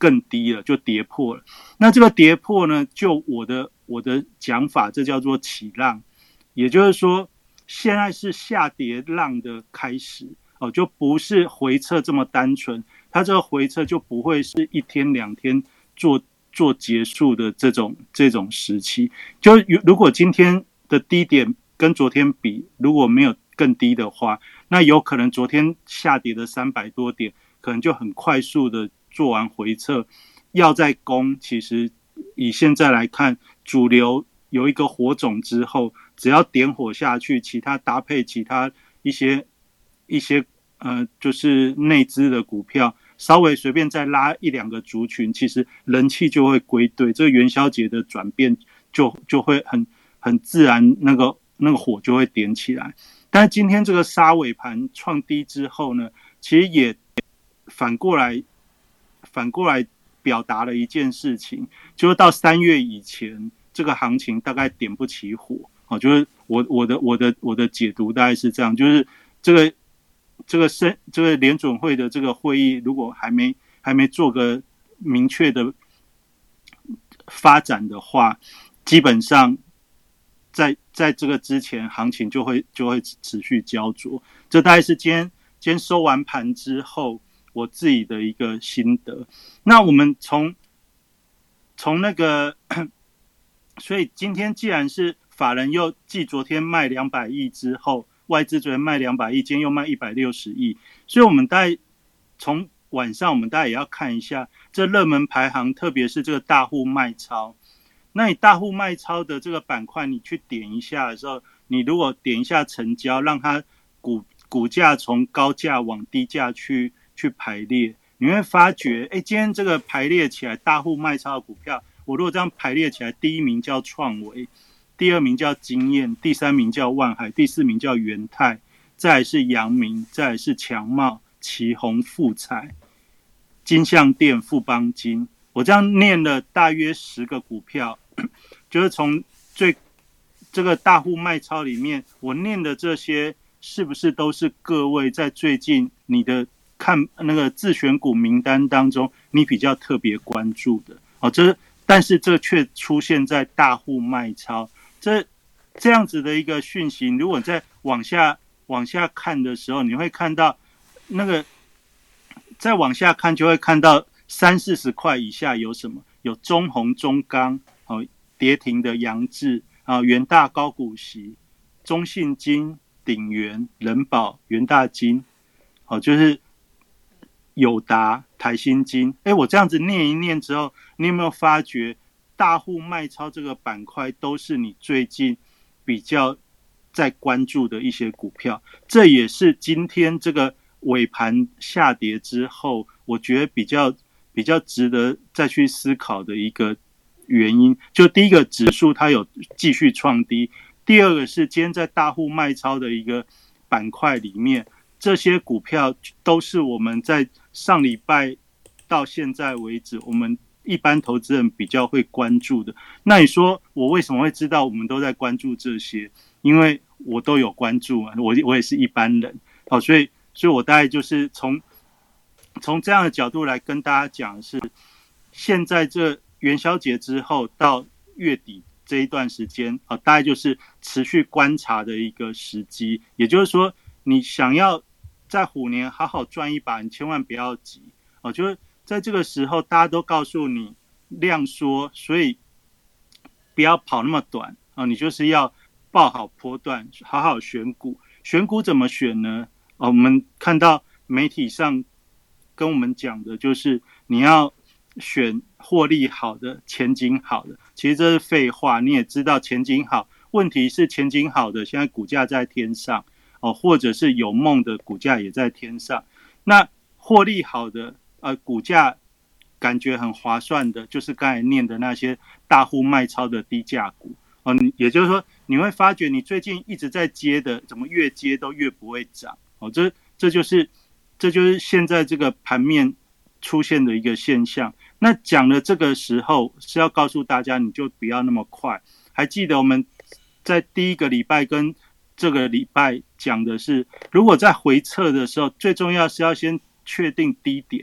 更低了，就跌破了。那这个跌破呢，就我的我的讲法，这叫做起浪，也就是说，现在是下跌浪的开始哦，就不是回撤这么单纯，它这个回撤就不会是一天两天做做结束的这种这种时期。就如果今天的低点跟昨天比，如果没有更低的话，那有可能昨天下跌的三百多点，可能就很快速的做完回撤，要再攻，其实以现在来看，主流有一个火种之后，只要点火下去，其他搭配其他一些一些呃，就是内资的股票，稍微随便再拉一两个族群，其实人气就会归队，这个元宵节的转变就就会很很自然，那个那个火就会点起来。但是今天这个杀尾盘创低之后呢，其实也反过来反过来表达了一件事情，就是到三月以前，这个行情大概点不起火。哦，就是我我的我的我的解读大概是这样，就是这个这个升这个联准会的这个会议，如果还没还没做个明确的发展的话，基本上在在这个之前，行情就会就会持续焦灼。这大概是今天今天收完盘之后，我自己的一个心得。那我们从从那个，所以今天既然是法人又继昨天卖两百亿之后，外资昨天卖两百亿，今天又卖一百六十亿，所以我们大概从晚上我们大概也要看一下这热门排行，特别是这个大户卖超。那你大户卖超的这个板块，你去点一下的时候，你如果点一下成交，让它股股价从高价往低价去去排列，你会发觉，哎，今天这个排列起来，大户卖超的股票，我如果这样排列起来，第一名叫创惟，第二名叫经验，第三名叫万海，第四名叫元泰，再来是阳明，再来是强茂、旗宏、富彩、金像电、富邦金。我这样念了大约十个股票，就是从最这个大户卖超里面，我念的这些是不是都是各位在最近你的看那个自选股名单当中，你比较特别关注的？哦，这但是这却出现在大户卖超，这这样子的一个讯息，如果再往下往下看的时候，你会看到那个再往下看就会看到。三四十块以下有什么？有中鸿、中钢，哦，跌停的扬智啊，元大高股息、中信金、鼎元、人保、元大金，哦，就是友达、台新金。哎，我这样子念一念之后，你有没有发觉大户卖超这个板块都是你最近比较在关注的一些股票？这也是今天这个尾盘下跌之后，我觉得比较。比较值得再去思考的一个原因，就第一个指数它有继续创低，第二个是今天在大户卖超的一个板块里面，这些股票都是我们在上礼拜到现在为止，我们一般投资人比较会关注的。那你说我为什么会知道我们都在关注这些？因为我都有关注啊，我我也是一般人，好，所以所以我大概就是从。从这样的角度来跟大家讲的是，现在这元宵节之后到月底这一段时间，啊，大概就是持续观察的一个时机。也就是说，你想要在虎年好好赚一把，你千万不要急。啊，就是在这个时候，大家都告诉你量缩，所以不要跑那么短啊，你就是要抱好波段，好好选股。选股怎么选呢？啊，我们看到媒体上。跟我们讲的就是你要选获利好的、前景好的，其实这是废话。你也知道前景好，问题是前景好的现在股价在天上哦，或者是有梦的股价也在天上。那获利好的呃股价感觉很划算的，就是刚才念的那些大户卖超的低价股哦。也就是说，你会发觉你最近一直在接的，怎么越接都越不会涨哦。这这就是。这就是现在这个盘面出现的一个现象。那讲的这个时候是要告诉大家，你就不要那么快。还记得我们在第一个礼拜跟这个礼拜讲的是，如果在回撤的时候，最重要是要先确定低点。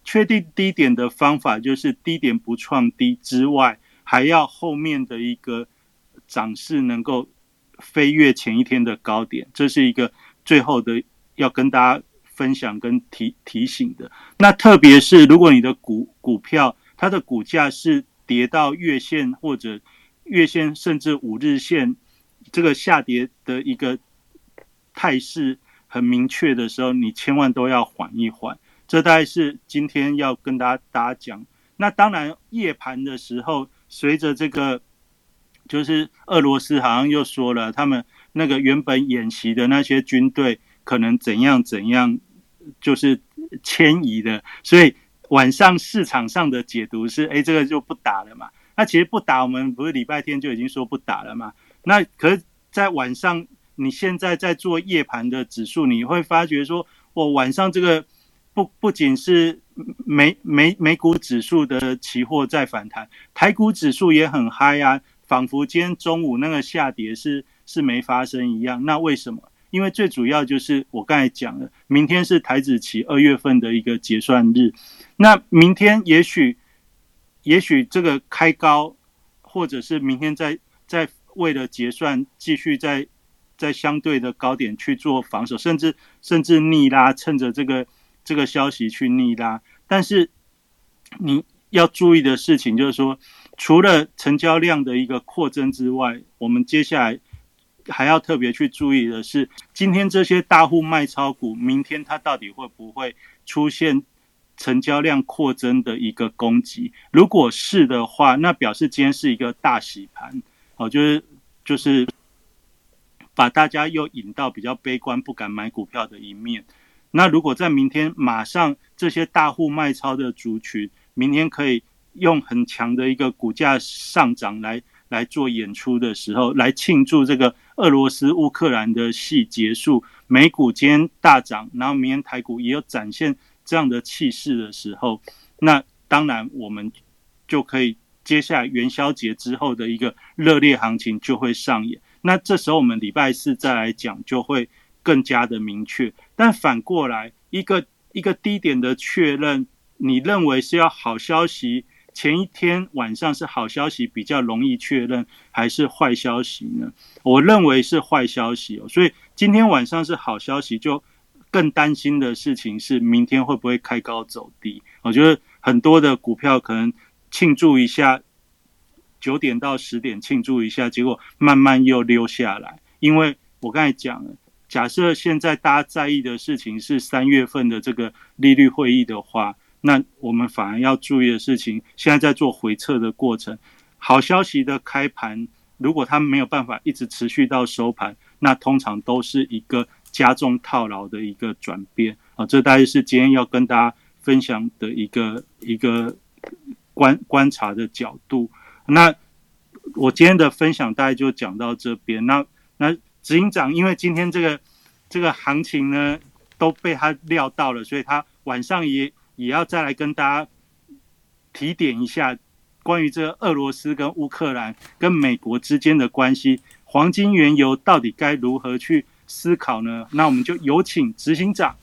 确定低点的方法就是低点不创低之外，还要后面的一个涨势能够飞越前一天的高点，这是一个最后的要跟大家分享跟 提, 提醒的。那特别是如果你的 股, 股票它的股价是跌到月线或者月线甚至五日线这个下跌的一个态势很明确的时候，你千万都要缓一缓。这大概是今天要跟大家大家讲。那当然夜盘的时候，随着这个就是俄罗斯好像又说了，他们那个原本演习的那些军队可能怎样怎样就是迁移的，所以晚上市场上的解读是哎，这个就不打了嘛。那其实不打，我们不是礼拜天就已经说不打了嘛。那可是在晚上，你现在在做夜盘的指数，你会发觉说我晚上这个不不仅是美美美股指数的期货在反弹，台股指数也很嗨啊，仿佛今天中午那个下跌是是没发生一样。那为什么？因为最主要就是我刚才讲的，明天是台指期二月份的一个结算日。那明天也许也许这个开高，或者是明天再再为了结算继续在在相对的高点去做防守，甚至甚至逆拉，趁着这个这个消息去逆拉。但是你要注意的事情就是说，除了成交量的一个扩增之外，我们接下来还要特别去注意的是，今天这些大户卖超股，明天它到底会不会出现成交量扩增的一个攻击？如果是的话，那表示今天是一个大洗盘，哦，就是就是把大家又引到比较悲观、不敢买股票的一面。那如果在明天马上这些大户卖超的族群，明天可以用很强的一个股价上涨来来做演出的时候，来庆祝这个俄罗斯乌克兰的戏结束，美股今天大涨，然后明天台股也有展现这样的气势的时候，那当然我们就可以接下来元宵节之后的一个热烈行情就会上演。那这时候我们礼拜四再来讲就会更加的明确。但反过来，一个一个低点的确认，你认为是要好消息，前一天晚上是好消息比较容易确认，还是坏消息呢？我认为是坏消息哦。所以今天晚上是好消息，就更担心的事情是明天会不会开高走低。我觉得很多的股票可能庆祝一下，九点到十点庆祝一下，结果慢慢又溜下来。因为我刚才讲了，假设现在大家在意的事情是三月份的这个利率会议的话，那我们反而要注意的事情，现在在做回测的过程。好消息的开盘，如果它没有办法一直持续到收盘，那通常都是一个加重套牢的一个转变。啊，这大概是今天要跟大家分享的一个一个观观察的角度。那我今天的分享大概就讲到这边。那那执行长因为今天这个这个行情呢都被他料到了，所以他晚上也也要再来跟大家提点一下关于这个俄罗斯跟乌克兰跟美国之间的关系，黄金原油到底该如何去思考呢？那我们就有请执行长。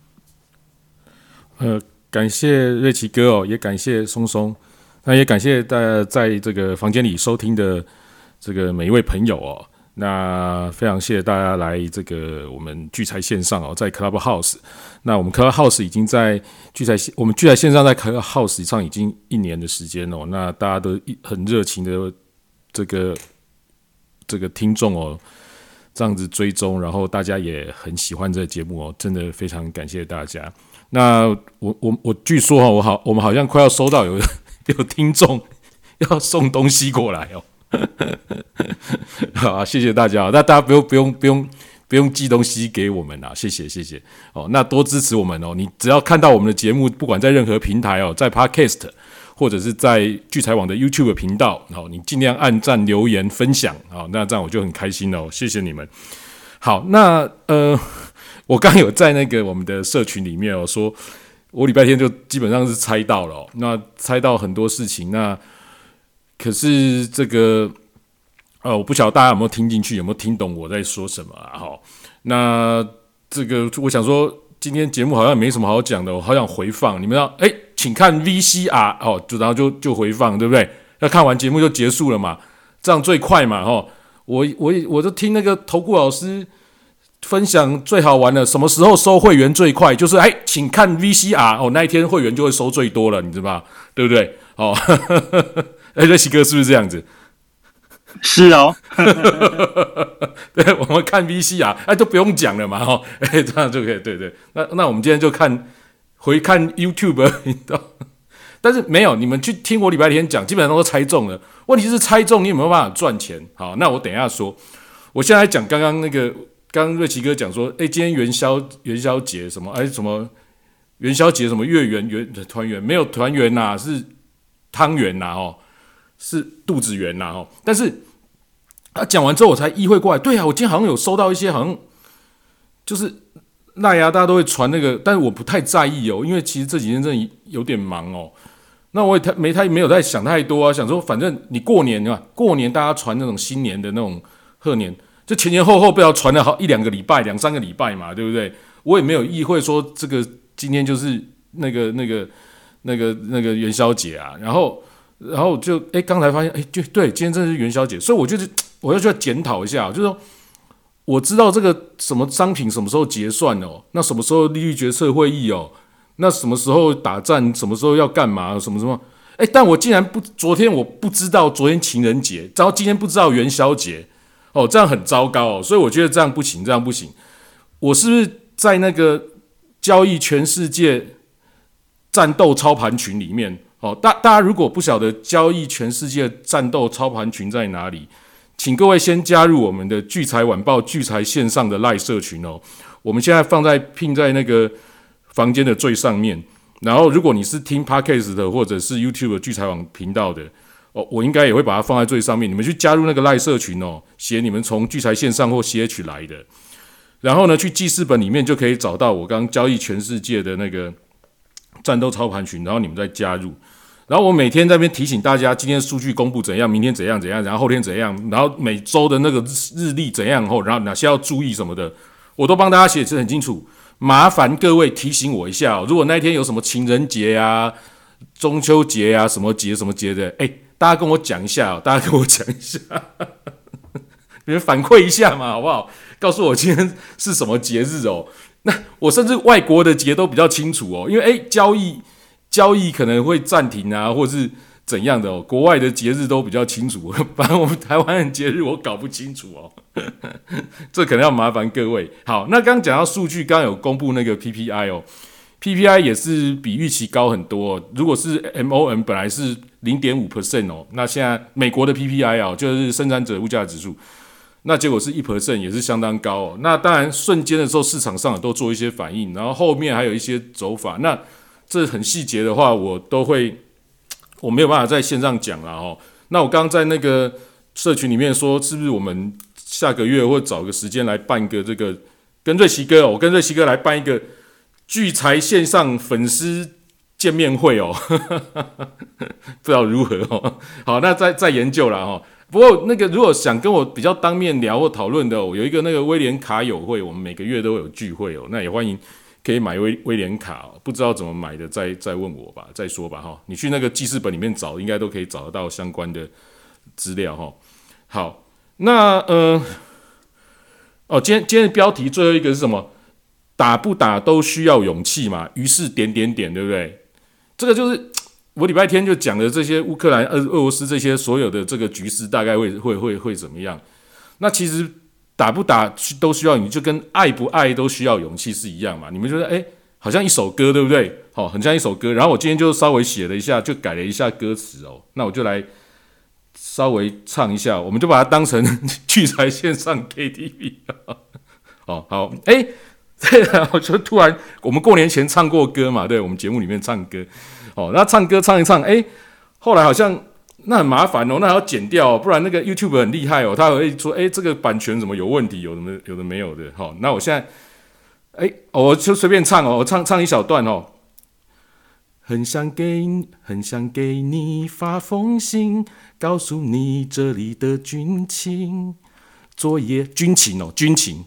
呃，感谢瑞奇哥哦，也感谢松松，那也感谢大家在这个房间里收听的这个每一位朋友哦。那非常谢谢大家来这个我们聚财线上哦，在 Clubhouse。那我们 Clubhouse 已经在聚财，我们聚财线上在 Clubhouse 上已经一年的时间哦。那大家都很热情的这个这个听众哦，这样子追踪，然后大家也很喜欢这个节目哦，真的非常感谢大家。那我我我据说哦，我好我们好像快要收到有有听众要送东西过来哦。好，谢谢大家。那大家不用不用不用不用寄东西给我们啊，谢谢谢谢。哦，那多支持我们哦。你只要看到我们的节目，不管在任何平台哦，在 Podcast 或者是在聚财网的 YouTube 频道，好，你尽量按赞、留言、分享，好，那这样我就很开心哦，谢谢你们。好，那呃，我刚有在那个我们的社群里面哦，说我礼拜天就基本上是猜到了哦，那猜到很多事情，那。可是这个，呃，我不晓得大家有没有听进去，有没有听懂我在说什么啊？哈，那这个我想说，今天节目好像没什么好讲的，我好想回放。你们要，哎， 请看 V C R 哦，就然后就就回放，对不对？那看完节目就结束了嘛，这样最快嘛，哦，我我我就听那个投顾老师分享最好玩的，什么时候收会员最快？就是哎，请看 V C R 哦，那一天会员就会收最多了，你知道吧？对不对？哦，哎，瑞奇哥是不是这样子？ 是哦， 对，我们看 V C R， 哎，都不用讲了嘛，哈，哎，这样就可以，对对。那那我们今天就看回看 YouTube 频道，但是没有，你们去听我礼拜天讲，基本上都猜中了。问题是猜中你有没有办法赚钱？好，那我等一下说。我现在讲刚刚那个，刚刚瑞奇哥讲说，哎，今天元宵元宵节什么？哎，什么元宵节什么月圆圆团圆？没有团圆呐，是汤圆呐，哦。是肚子圆呐、啊、哦，但是他讲完之后，我才意会过来，对啊，我今天好像有收到一些好像就是赖啊，大家都会传那个，但是我不太在意哦，因为其实这几天真的有点忙哦。那我也太没太没有在想太多啊，想说反正你过年啊，过年大家传那种新年的那种贺年，就前前后后不要传了好一两个礼拜、两三个礼拜嘛，对不对？我也没有意会说这个今天就是那个那个那个那个元宵节啊，然后。然后就哎，刚才发现哎，就对，今天真的是元宵节，所以我就是我要去检讨一下，就是说我知道这个什么商品什么时候结算哦，那什么时候利率决策会议哦，那什么时候打战，什么时候要干嘛，什么什么，哎，但我竟然不，昨天我不知道昨天情人节，然后今天不知道元宵节，哦，这样很糟糕哦，所以我觉得这样不行，这样不行，我是不是在那个交易全世界战斗操盘群里面？哦，大大家如果不晓得交易全世界战斗操盘群在哪里，请各位先加入我们的聚财晚报聚财线上的 LINE 社群哦。我们现在放在拼在那个房间的最上面。然后，如果你是听 Podcast 的或者是 YouTube 聚财网频道的哦，我应该也会把它放在最上面。你们去加入那个 LINE 社群哦，写你们从聚财线上或 C H 来的，然后呢，去记事本里面就可以找到我刚刚交易全世界的那个战斗操盘群，然后你们再加入。然后我每天在那边提醒大家，今天数据公布怎样，明天怎样怎样，然后后天怎样，然后每周的那个日历怎样后，然后哪些要注意什么的，我都帮大家写得很清楚。麻烦各位提醒我一下、哦，如果那一天有什么情人节啊、中秋节啊、什么节什么节的，哎，大家跟我讲一下、哦，大家跟我讲一下，你们反馈一下嘛，好不好？告诉我今天是什么节日哦。那我甚至外国的节都比较清楚哦，因为哎，交易。交易可能会暂停啊，或是怎样的哦？国外的节日都比较清楚，反正我们台湾的节日我搞不清楚哦，这可能要麻烦各位。好，那刚刚讲到数据，刚刚有公布那个 P P I 哦 ，P P I 也是比预期高很多、哦。如果是 M O M 本来是 百分之零点五 哦，那现在美国的 P P I 哦，就是生产者物价指数，那结果是 百分之一，也是相当高哦。那当然瞬间的时候市场上也都做一些反应，然后后面还有一些走法，那。这很细节的话，我都会，我没有办法在线上讲啦齁。那我刚刚在那个社群里面说，是不是我们下个月会找个时间来办一个这个，跟瑞奇哥，我跟瑞奇哥来办一个聚财线上粉丝见面会哦，不知道如何哦。好，那再再研究啦齁。不过那个如果想跟我比较当面聊或讨论的、哦，有一个那个威廉卡友会，我们每个月都有聚会哦，那也欢迎。可以买威威廉卡、哦，不知道怎么买的，再再问我吧，再说吧哈。你去那个记事本里面找，应该都可以找得到相关的资料哈。好，那呃，哦，今天今天的标题最后一个是什么？打不打都需要勇气嘛。于是点点点，对不对？这个就是我礼拜天就讲的这些乌克兰、俄俄罗斯这些所有的这个局势，大概会会会会怎么样？那其实。打不打都需要勇气，就跟爱不爱都需要勇气是一样嘛？你们觉得，哎，好像一首歌，对不对？好、哦，很像一首歌。然后我今天就稍微写了一下，就改了一下歌词哦。那我就来稍微唱一下，我们就把它当成聚财线上 K T V 哦，好，哎，对啊，我就突然，我们过年前唱过歌嘛，对，我们节目里面唱歌，哦，那唱歌唱一唱，哎，后来好像。那很麻烦哦，那还要剪掉、哦，不然那个 YouTube 很厉害哦，他会说，哎，这个版权怎么有问题，有的没有的没有的，好、哦，那我现在，哎，我就随便唱哦，我唱唱一小段哦，很想给很想给你发封信，告诉你这里的军情作业，军情哦，军情，好、哦，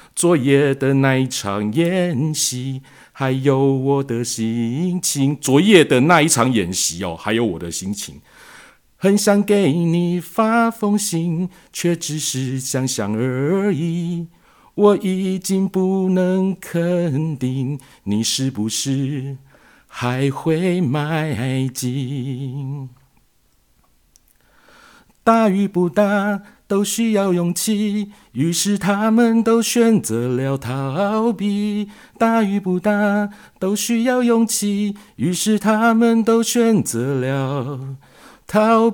昨夜的那一场演习，还有我的心情。昨夜的那一场演习哦，还有我的心情。很想给你发封信，却只是想想而已。我已经不能肯定，你是不是还会迈进？大与不大都需要勇气，于是他们都选择了逃避。大与不大都需要勇气，于是他们都选择了逃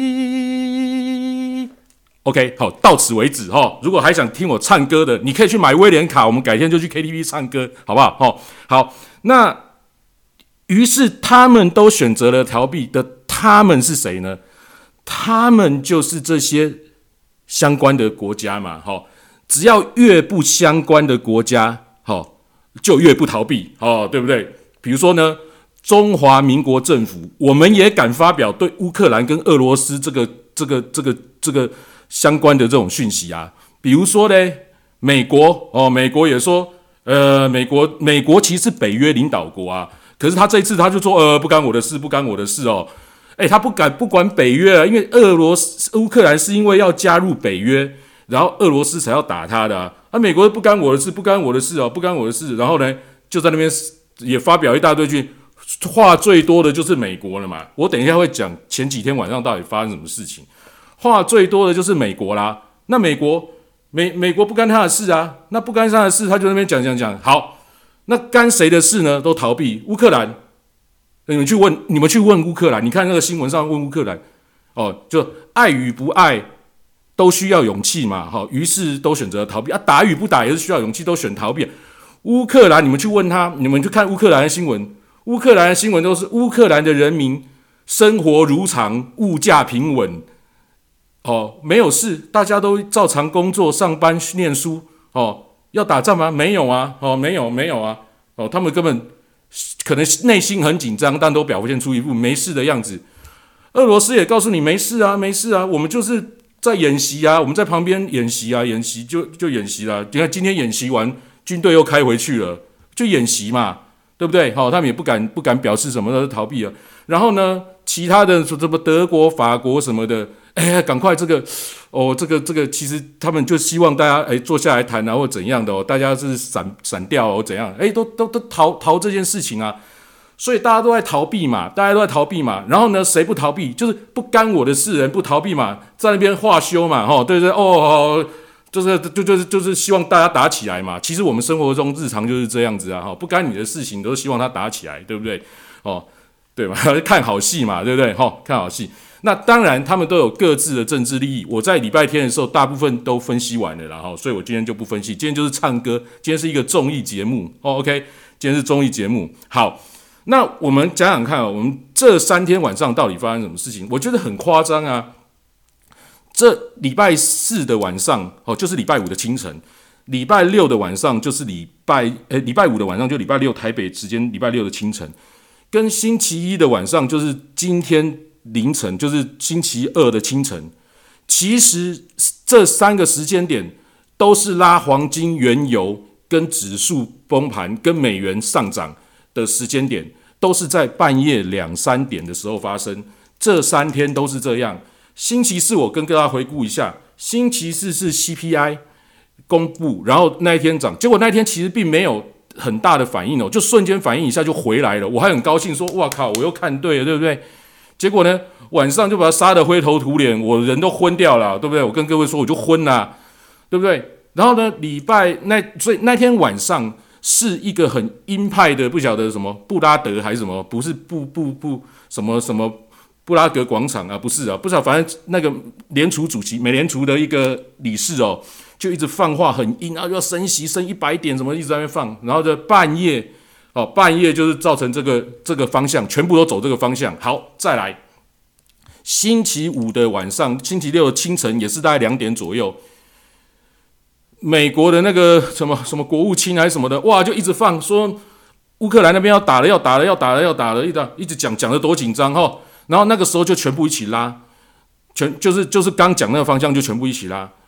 避。 OK， 好，到此为止哈。如果还想听我唱歌的，你可以去买威廉卡，我们改天就去 K T V 唱歌，好不好？好，那于是他们都选择了逃避的，他们是谁呢？他们就是这些相关的国家嘛，只要越不相关的国家，就越不逃避，对不对？比如说呢，中华民国政府，我们也敢发表对乌克兰跟俄罗斯这个这个这个这个相关的这种讯息啊。比如说呢，美国哦，美国也说，呃，美国美国其实是北约领导国啊，可是他这一次他就说，呃，不干我的事，不干我的事哦。哎，他不敢不管北约啊，因为俄罗斯乌克兰是因为要加入北约，然后俄罗斯才要打他的啊。啊，美国不干我的事，不干我的事哦，不干我的事。然后呢，就在那边也发表一大堆句，话最多的就是美国了嘛。我等一下会讲前几天晚上到底发生什么事情，话最多的就是美国啦。那美国美美国不干他的事啊，那不干他的事，他就在那边讲讲讲。好，那干谁的事呢？都逃避乌克兰。你们去问，你们去问乌克兰，你看那个新闻上问乌克兰，哦，就爱与不爱都需要勇气嘛，好，于是都选择逃避啊，打与不打也是需要勇气，都选逃避。乌克兰，你们去问他，你们去看乌克兰的新闻，乌克兰的新闻都是乌克兰的人民生活如常，物价平稳，哦，没有事，大家都照常工作、上班、念书，哦，要打仗吗？没有啊，哦，没有，没有啊，哦，他们根本。可能内心很紧张，但都表现出一副没事的样子。俄罗斯也告诉你没事啊，没事啊，我们就是在演习啊，我们在旁边演习啊，演习就就演习啦。你看今天演习完，军队又开回去了，就演习嘛，对不对？好，他们也不敢不敢表示什么，都逃避了。然后呢，其他的什么德国、法国什么的，哎，赶快这个哦，这个这个，其实他们就希望大家哎坐下来谈啊，或怎样的哦，大家是闪闪掉哦，怎样？哎，都都都逃逃这件事情啊，所以大家都在逃避嘛，大家都在逃避嘛。然后呢，谁不逃避？就是不干我的事人不逃避嘛，在那边话休嘛，哈、哦，对对哦哦，就是就就是就是希望大家打起来嘛。其实我们生活中日常就是这样子啊，哈，不干你的事情都希望他打起来，对不对？哦。对吧？看好戏嘛，对不对？齁，看好戏。那当然，他们都有各自的政治利益。我在礼拜天的时候，大部分都分析完了啦，齁，所以我今天就不分析。今天就是唱歌，今天是一个综艺节目。哦 ，OK， 今天是综艺节目。好，那我们讲讲看哦，我们这三天晚上到底发生什么事情？我觉得很夸张啊。这礼拜四的晚上，哦，就是礼拜五的清晨；礼拜六的晚上，就是礼拜诶，礼拜五的晚上就礼拜六台北时间礼拜六的清晨。跟星期一的晚上，就是今天凌晨，就是星期二的清晨。其实这三个时间点都是拉黄金、原油跟指数崩盘、跟美元上涨的时间点，都是在半夜两三点的时候发生。这三天都是这样。星期四我跟大家回顾一下，星期四是 C P I 公布，然后那一天涨，结果那一天其实并没有很大的反应哦，就瞬间反应一下就回来了。我还很高兴说，哇靠，我又看对了，对不对？结果呢，晚上就把他杀得灰头土脸，我人都昏掉了，对不对？我跟各位说，我就昏了，对不对？然后呢，礼拜那所以那天晚上是一个很鹰派的，不晓得什么布拉德还是什么，不是布布布什么什么布拉格广场啊，不是啊，不知道，反正那个联储主席，美联储的一个理事哦。就一直放话很阴，然后要升息升一百点，什么一直在那边放，然后就半夜，哦，半夜就是造成这个这个方向，全部都走这个方向。好，再来，星期五的晚上，星期六的清晨也是大概两点左右，美国的那个什么什么国务卿还是什么的，哇，就一直放说乌克兰那边要打了，要打了，要打了，要打了，一直一直讲讲得多紧张哈，然后那个时候就全部一起拉，全就是就是刚讲那个方向就全部一起拉。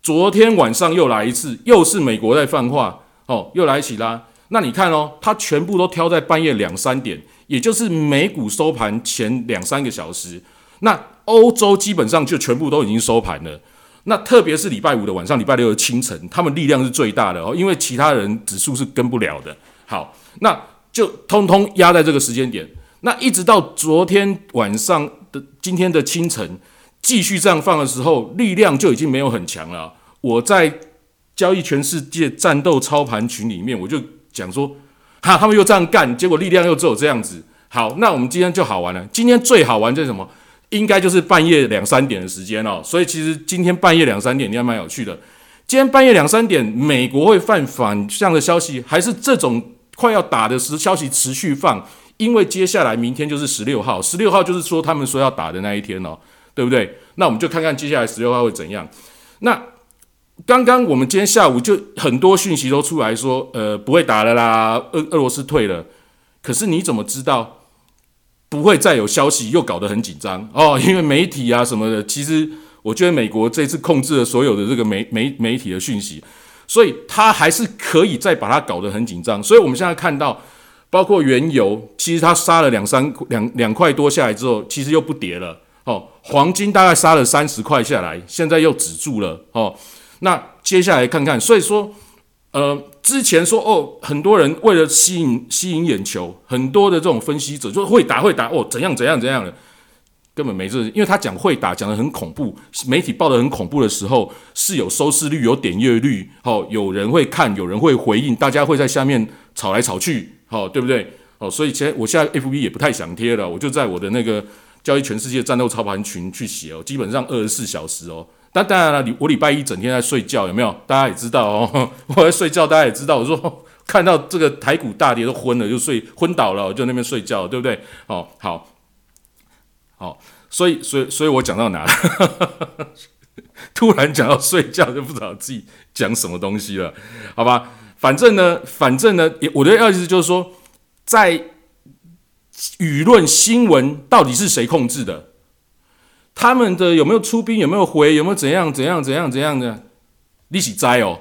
昨天晚上又来一次，又是美国在放话，哦，又来一起拉。那你看哦，它全部都挑在半夜两三点，也就是美股收盘前两三个小时。那欧洲基本上就全部都已经收盘了。那特别是礼拜五的晚上，礼拜六的清晨，他们力量是最大的哦，因为其他人指数是跟不了的。好，那就通通压在这个时间点。那一直到昨天晚上的今天的清晨，继续这样放的时候，力量就已经没有很强了。我在交易全世界战斗操盘群里面，我就讲说，哈，他们又这样干，结果力量又只有这样子。好，那我们今天就好玩了。今天最好玩就是什么？应该就是半夜两三点的时间哦。所以其实今天半夜两三点应该蛮有趣的。今天半夜两三点，美国会放反向的消息，还是这种快要打的消息持续放？因为接下来明天就是十六号，十六号就是说他们说要打的那一天哦，对不对？那我们就看看接下来十六号会怎样。那刚刚我们今天下午就很多讯息都出来说，呃，不会打了啦，俄俄罗斯退了。可是你怎么知道不会再有消息又搞得很紧张哦？因为媒体啊什么的，其实我觉得美国这次控制了所有的这个媒媒媒体的讯息，所以他还是可以再把它搞得很紧张。所以我们现在看到。包括原油，其实它杀了两三两两块多下来之后，其实又不跌了。哦，黄金大概杀了三十块下来，现在又止住了。哦，那接下来看看，所以说，呃，之前说哦，很多人为了吸引吸引眼球，很多的这种分析者就会打会打哦，怎样怎样怎样的，根本没这，因为他讲会打讲得很恐怖，媒体报得很恐怖的时候，是有收视率、有点阅率，哦，有人会看，有人会回应，大家会在下面吵来吵去。好、哦，对不对？哦，所以现在我现在 F B 也不太想贴了，我就在我的那个交易全世界战斗操盘群去写哦，基本上二十四小时哦。但当然了，我礼拜一整天在睡觉，有没有？大家也知道哦，我在睡觉，大家也知道。我说看到这个台股大跌都昏了，就睡昏倒了，我就那边睡觉，对不对？哦，好，好，所以，所以，所以我讲到哪了？突然讲到睡觉，就不知道自己讲什么东西了，好吧？反正呢，反正呢，我的意思就是说，在舆论新闻到底是谁控制的？他们的有没有出兵，有没有回，有没有怎样怎样怎样怎样的？你是知哦，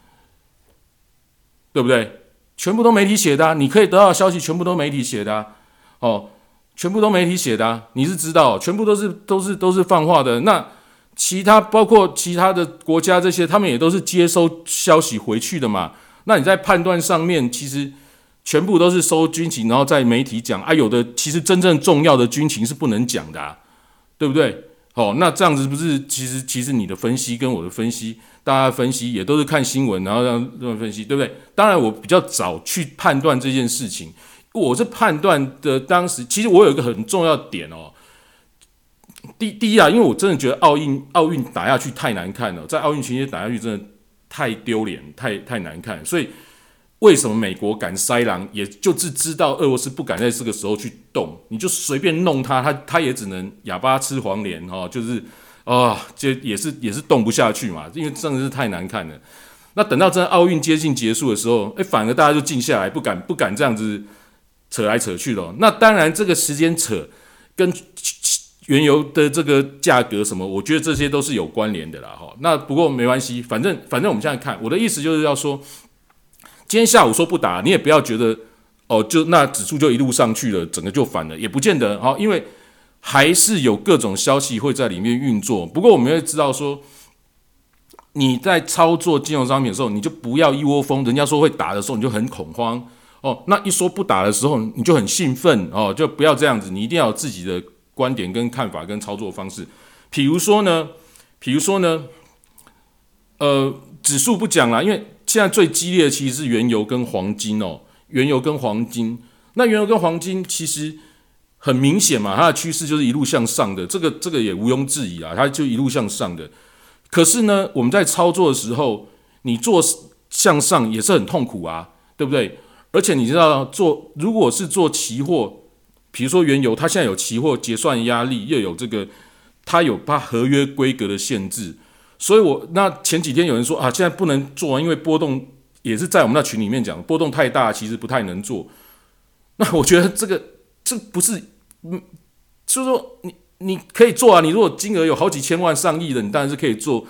对不对？全部都媒体写的、啊，你可以得到的消息全部都媒体写的、啊，哦，全部都媒体写的、啊，你是知道，全部都是都是都是放话的。那其他包括其他的国家这些，他们也都是接收消息回去的嘛。那你在判断上面，其实全部都是收军情，然后在媒体讲啊，有的其实真正重要的军情是不能讲的、啊，对不对？哦，那这样子不是其实其实你的分析跟我的分析，大家分析也都是看新闻，然后让这么分析，对不对？当然我比较早去判断这件事情，我是判断的当时，其实我有一个很重要的点哦。第第一啊，因为我真的觉得奥运奥运打下去太难看了，在奥运期间打下去真的。太丢脸，太太难看，所以为什么美国敢塞狼，也就是知道俄罗斯不敢在这个时候去动，你就随便弄他，他他也只能哑巴吃黄连哈、哦，就是啊，这、哦、也是也是动不下去嘛，因为真的是太难看了。那等到真的奥运接近结束的时候，哎，反而大家就静下来，不敢不敢这样子扯来扯去了。那当然，这个时间扯跟原油的这个价格什么，我觉得这些都是有关联的啦哈。那不过没关系，反正反正我们现在看，我的意思就是要说，今天下午说不打，你也不要觉得哦，就那指数就一路上去了，整个就反了，也不见得哈，因为还是有各种消息会在里面运作。不过我们要知道说，你在操作金融商品的时候，你就不要一窝蜂，人家说会打的时候，你就很恐慌哦。那一说不打的时候，你就很兴奋哦，就不要这样子，你一定要有自己的观点跟看法跟操作方式。比如说呢，比如说呢，呃，指数不讲啦，因为现在最激烈的其实是原油跟黄金哦，原油跟黄金。那原油跟黄金其实很明显嘛，它的趋势就是一路向上的，这个这个也毋庸置疑啊，它就一路向上的。可是呢，我们在操作的时候，你做向上也是很痛苦啊，对不对？而且你知道做，如果是做期货。比如说原油，它现在有期货结算压力，又有这个，它有它合约规格的限制，所以我那前几天有人说啊，现在不能做，因为波动也是在我们那群里面讲，波动太大，其实不太能做。那我觉得这个这不是，嗯，就是说你你可以做啊，你如果金额有好几千万、上亿的，你当然是可以做，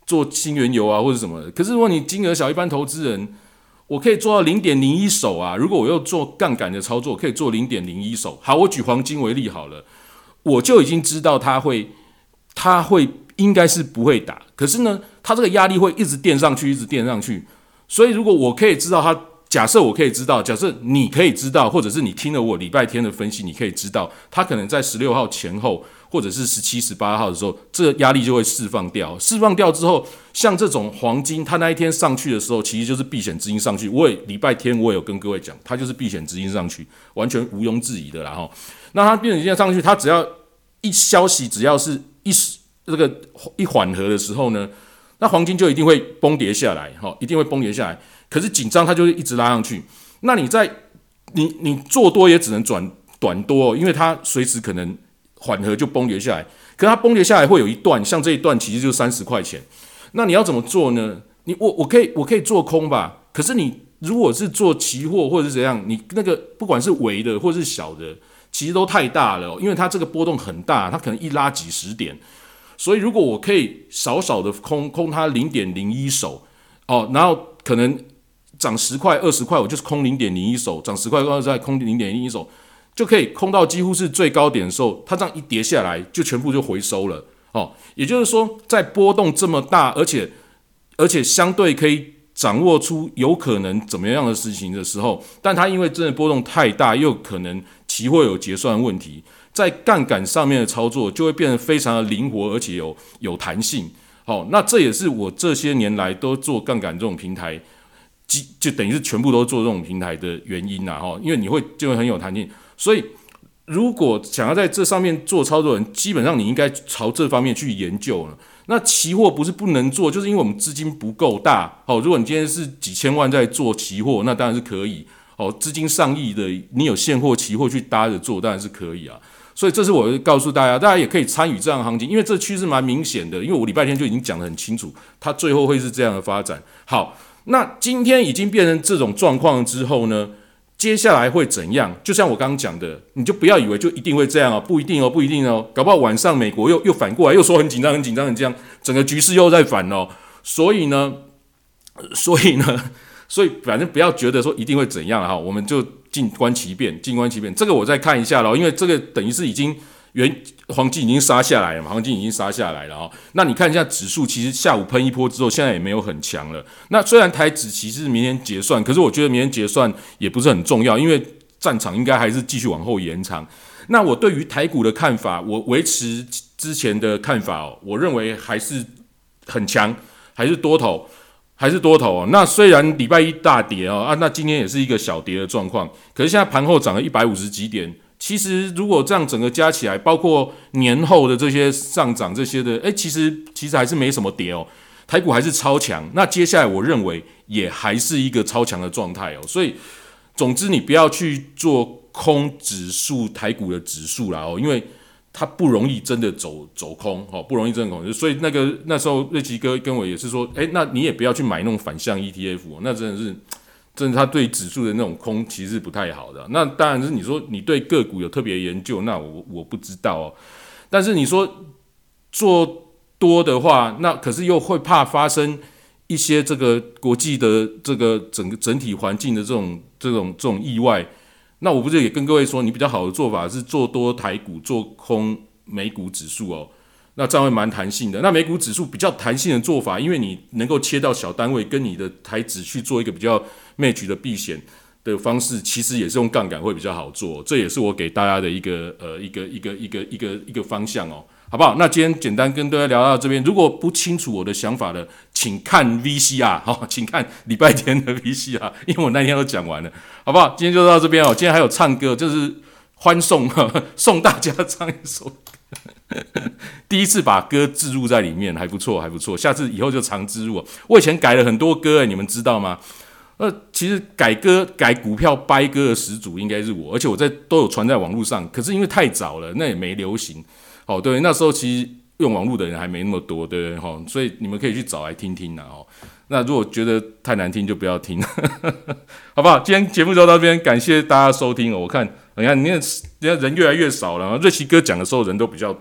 做新原油啊或者什么的。可是如果你金额小，一般投资人我可以做到 零点零一 手啊，如果我又做杠杆的操作，可以做 零点零一 手。好，我举黄金为例好了，我就已经知道它会它会应该是不会打，可是呢它这个压力会一直垫上去一直垫上去，所以如果我可以知道它，假设我可以知道，假设你可以知道，或者是你听了我礼拜天的分析，你可以知道它可能在十六号前后或者是十七、十八号的时候，这个压力就会释放掉。释放掉之后，像这种黄金，它那一天上去的时候，其实就是避险资金上去。我也礼拜天我也有跟各位讲，它就是避险资金上去，完全毋庸置疑的啦哈。那它避险资金上去，它只要一消息，只要是一这个一缓和的时候呢，那黄金就一定会崩跌下来，哈，一定会崩跌下来。可是紧张，它就会一直拉上去。那你在你你做多也只能转短多、哦，因为它随时可能缓和就崩跌下来。可是它崩跌下来会有一段，像这一段其实就是三十块钱。那你要怎么做呢？你我我可以我可以做空吧。可是你如果是做期货或者是怎样，你那个不管是微的或是小的，其实都太大了、哦，因为它这个波动很大，它可能一拉几十点。所以如果我可以少少的空空它 零点零一 手哦，然后可能涨十块二十块，我就是空 零点零一 手，涨十块二十块空 零点零一 手，就可以空到几乎是最高点的时候，它这样一跌下来，就全部就回收了哦。也就是说，在波动这么大，而且而且相对可以掌握出有可能怎么样的事情的时候，但它因为真的波动太大，又可能期货有结算问题，在杠杆上面的操作就会变得非常的灵活，而且有有弹性。好，那这也是我这些年来都做杠杆这种平台。就等于是全部都做这种平台的原因啦，因为你会就会很有弹性，所以如果想要在这上面做操作的人，基本上你应该朝这方面去研究了。那期货不是不能做，就是因为我们资金不够大。好，如果你今天是几千万在做期货，那当然是可以。好，资金上亿的，你有现货期货去搭着做，当然是可以啊。所以这是我告诉大家，大家也可以参与这样的行情，因为这趋势蛮明显的。因为我礼拜天就已经讲得很清楚，它最后会是这样的发展。好。那今天已经变成这种状况之后呢，接下来会怎样？就像我刚刚讲的，你就不要以为就一定会这样哦，不一定哦，不一定哦，搞不好晚上美国又又反过来，又说很紧张、很紧张、很紧张，整个局势又在反哦。所以呢，所以呢，所以反正不要觉得说一定会怎样哈，我们就静观其变，静观其变。这个我再看一下咯，因为这个等于是已经。原黄金已经杀下来了嘛，黄金已经杀下来了哦。那你看一下指数，其实下午喷一波之后，现在也没有很强了。那虽然台指其实明天结算，可是我觉得明天结算也不是很重要，因为战场应该还是继续往后延长。那我对于台股的看法，我维持之前的看法哦，我认为还是很强，还是多头，还是多头哦。那虽然礼拜一大跌哦，啊，那今天也是一个小跌的状况，可是现在盘后涨了一百五十几点。其实如果这样整个加起来，包括年后的这些上涨这些的，哎，其实其实还是没什么跌哦，台股还是超强。那接下来我认为也还是一个超强的状态哦。所以总之你不要去做空指数台股的指数啦哦，因为它不容易真的走走空哦，不容易真的走空。所以那个那时候瑞奇哥跟我也是说，哎，那你也不要去买那种反向 E T F 哦，那真的是。真的，他对指数的那种空其实是不太好的。那当然是你说你对个股有特别研究，那我我不知道哦。但是你说做多的话，那可是又会怕发生一些这个国际的这个整个整体环境的这种这种这种意外。那我不是也跟各位说，你比较好的做法是做多台股，做空美股指数哦。那这样会蛮弹性的。那美股指数比较弹性的做法，因为你能够切到小单位，跟你的台指去做一个比较 match 的避险的方式，其实也是用杠杆会比较好做。这也是我给大家的一个呃一个一个一个一个一个方向哦，好不好？那今天简单跟大家聊到这边，如果不清楚我的想法的，请看 V C R 好、哦，请看礼拜天的 V C R， 因为我那天都讲完了，好不好？今天就到这边哦。今天还有唱歌，就是欢送送大家唱一首歌。第一次把歌置入在里面，还不错，还不错。下次以后就常置入。我以前改了很多歌，哎，你们知道吗？呃，其实改歌、改股票、掰歌的始祖应该是我，而且我在都有传在网络上。可是因为太早了，那也没流行。哦，对，那时候其实用网络的人还没那么多，对不对？哈，所以你们可以去找来听听啊。哦，那如果觉得太难听，就不要听，好不好？今天节目就到这边，感谢大家收听哦。我看，你看，你看，人越来越少了。瑞奇哥讲的时候人都比较多，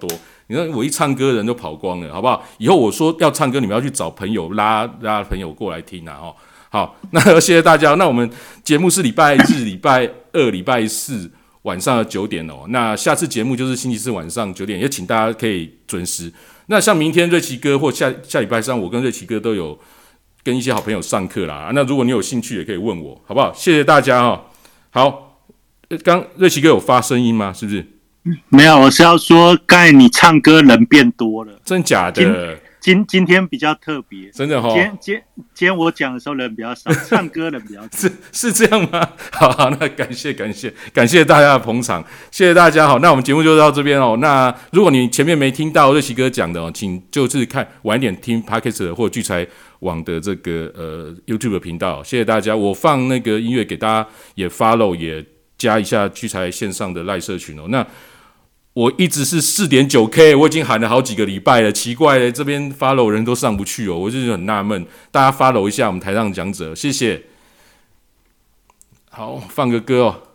你看我一唱歌人都跑光了，好不好？以后我说要唱歌，你们要去找朋友拉拉朋友过来听啊！哦，好，那谢谢大家。那我们节目是礼拜日、礼拜二、礼拜四晚上的九点哦。那下次节目就是星期四晚上九点，也请大家可以准时。那像明天瑞奇哥或下下礼拜三，我跟瑞奇哥都有跟一些好朋友上课啦。那如果你有兴趣，也可以问我，好不好？谢谢大家哦。好，刚瑞奇哥有发声音吗？是不是？ 没有，我是要说，刚才你唱歌人变多了， 真假的？ 今今天比较特别， 真的哈、哦。 今天今今天我讲的时候人比较少，唱歌人比较多。 是是这样吗？好好，那感谢感谢感谢大家的捧场，谢谢大家。好，那我们节目就到这边哦。那如果你前面没听到瑞奇哥讲的哦，请就是看晚一点听 Podcast 或聚财网的这个呃 YouTube 频道。谢谢大家，我放那个音乐给大家也 follow 也加一下聚财线上的赖社群哦。那我一直是 四点九K， 我已经喊了好几个礼拜了，奇怪了，这边 follow 人都上不去哦，我就是很纳闷，大家 follow 一下我们台上讲者，谢谢。好，放个歌哦。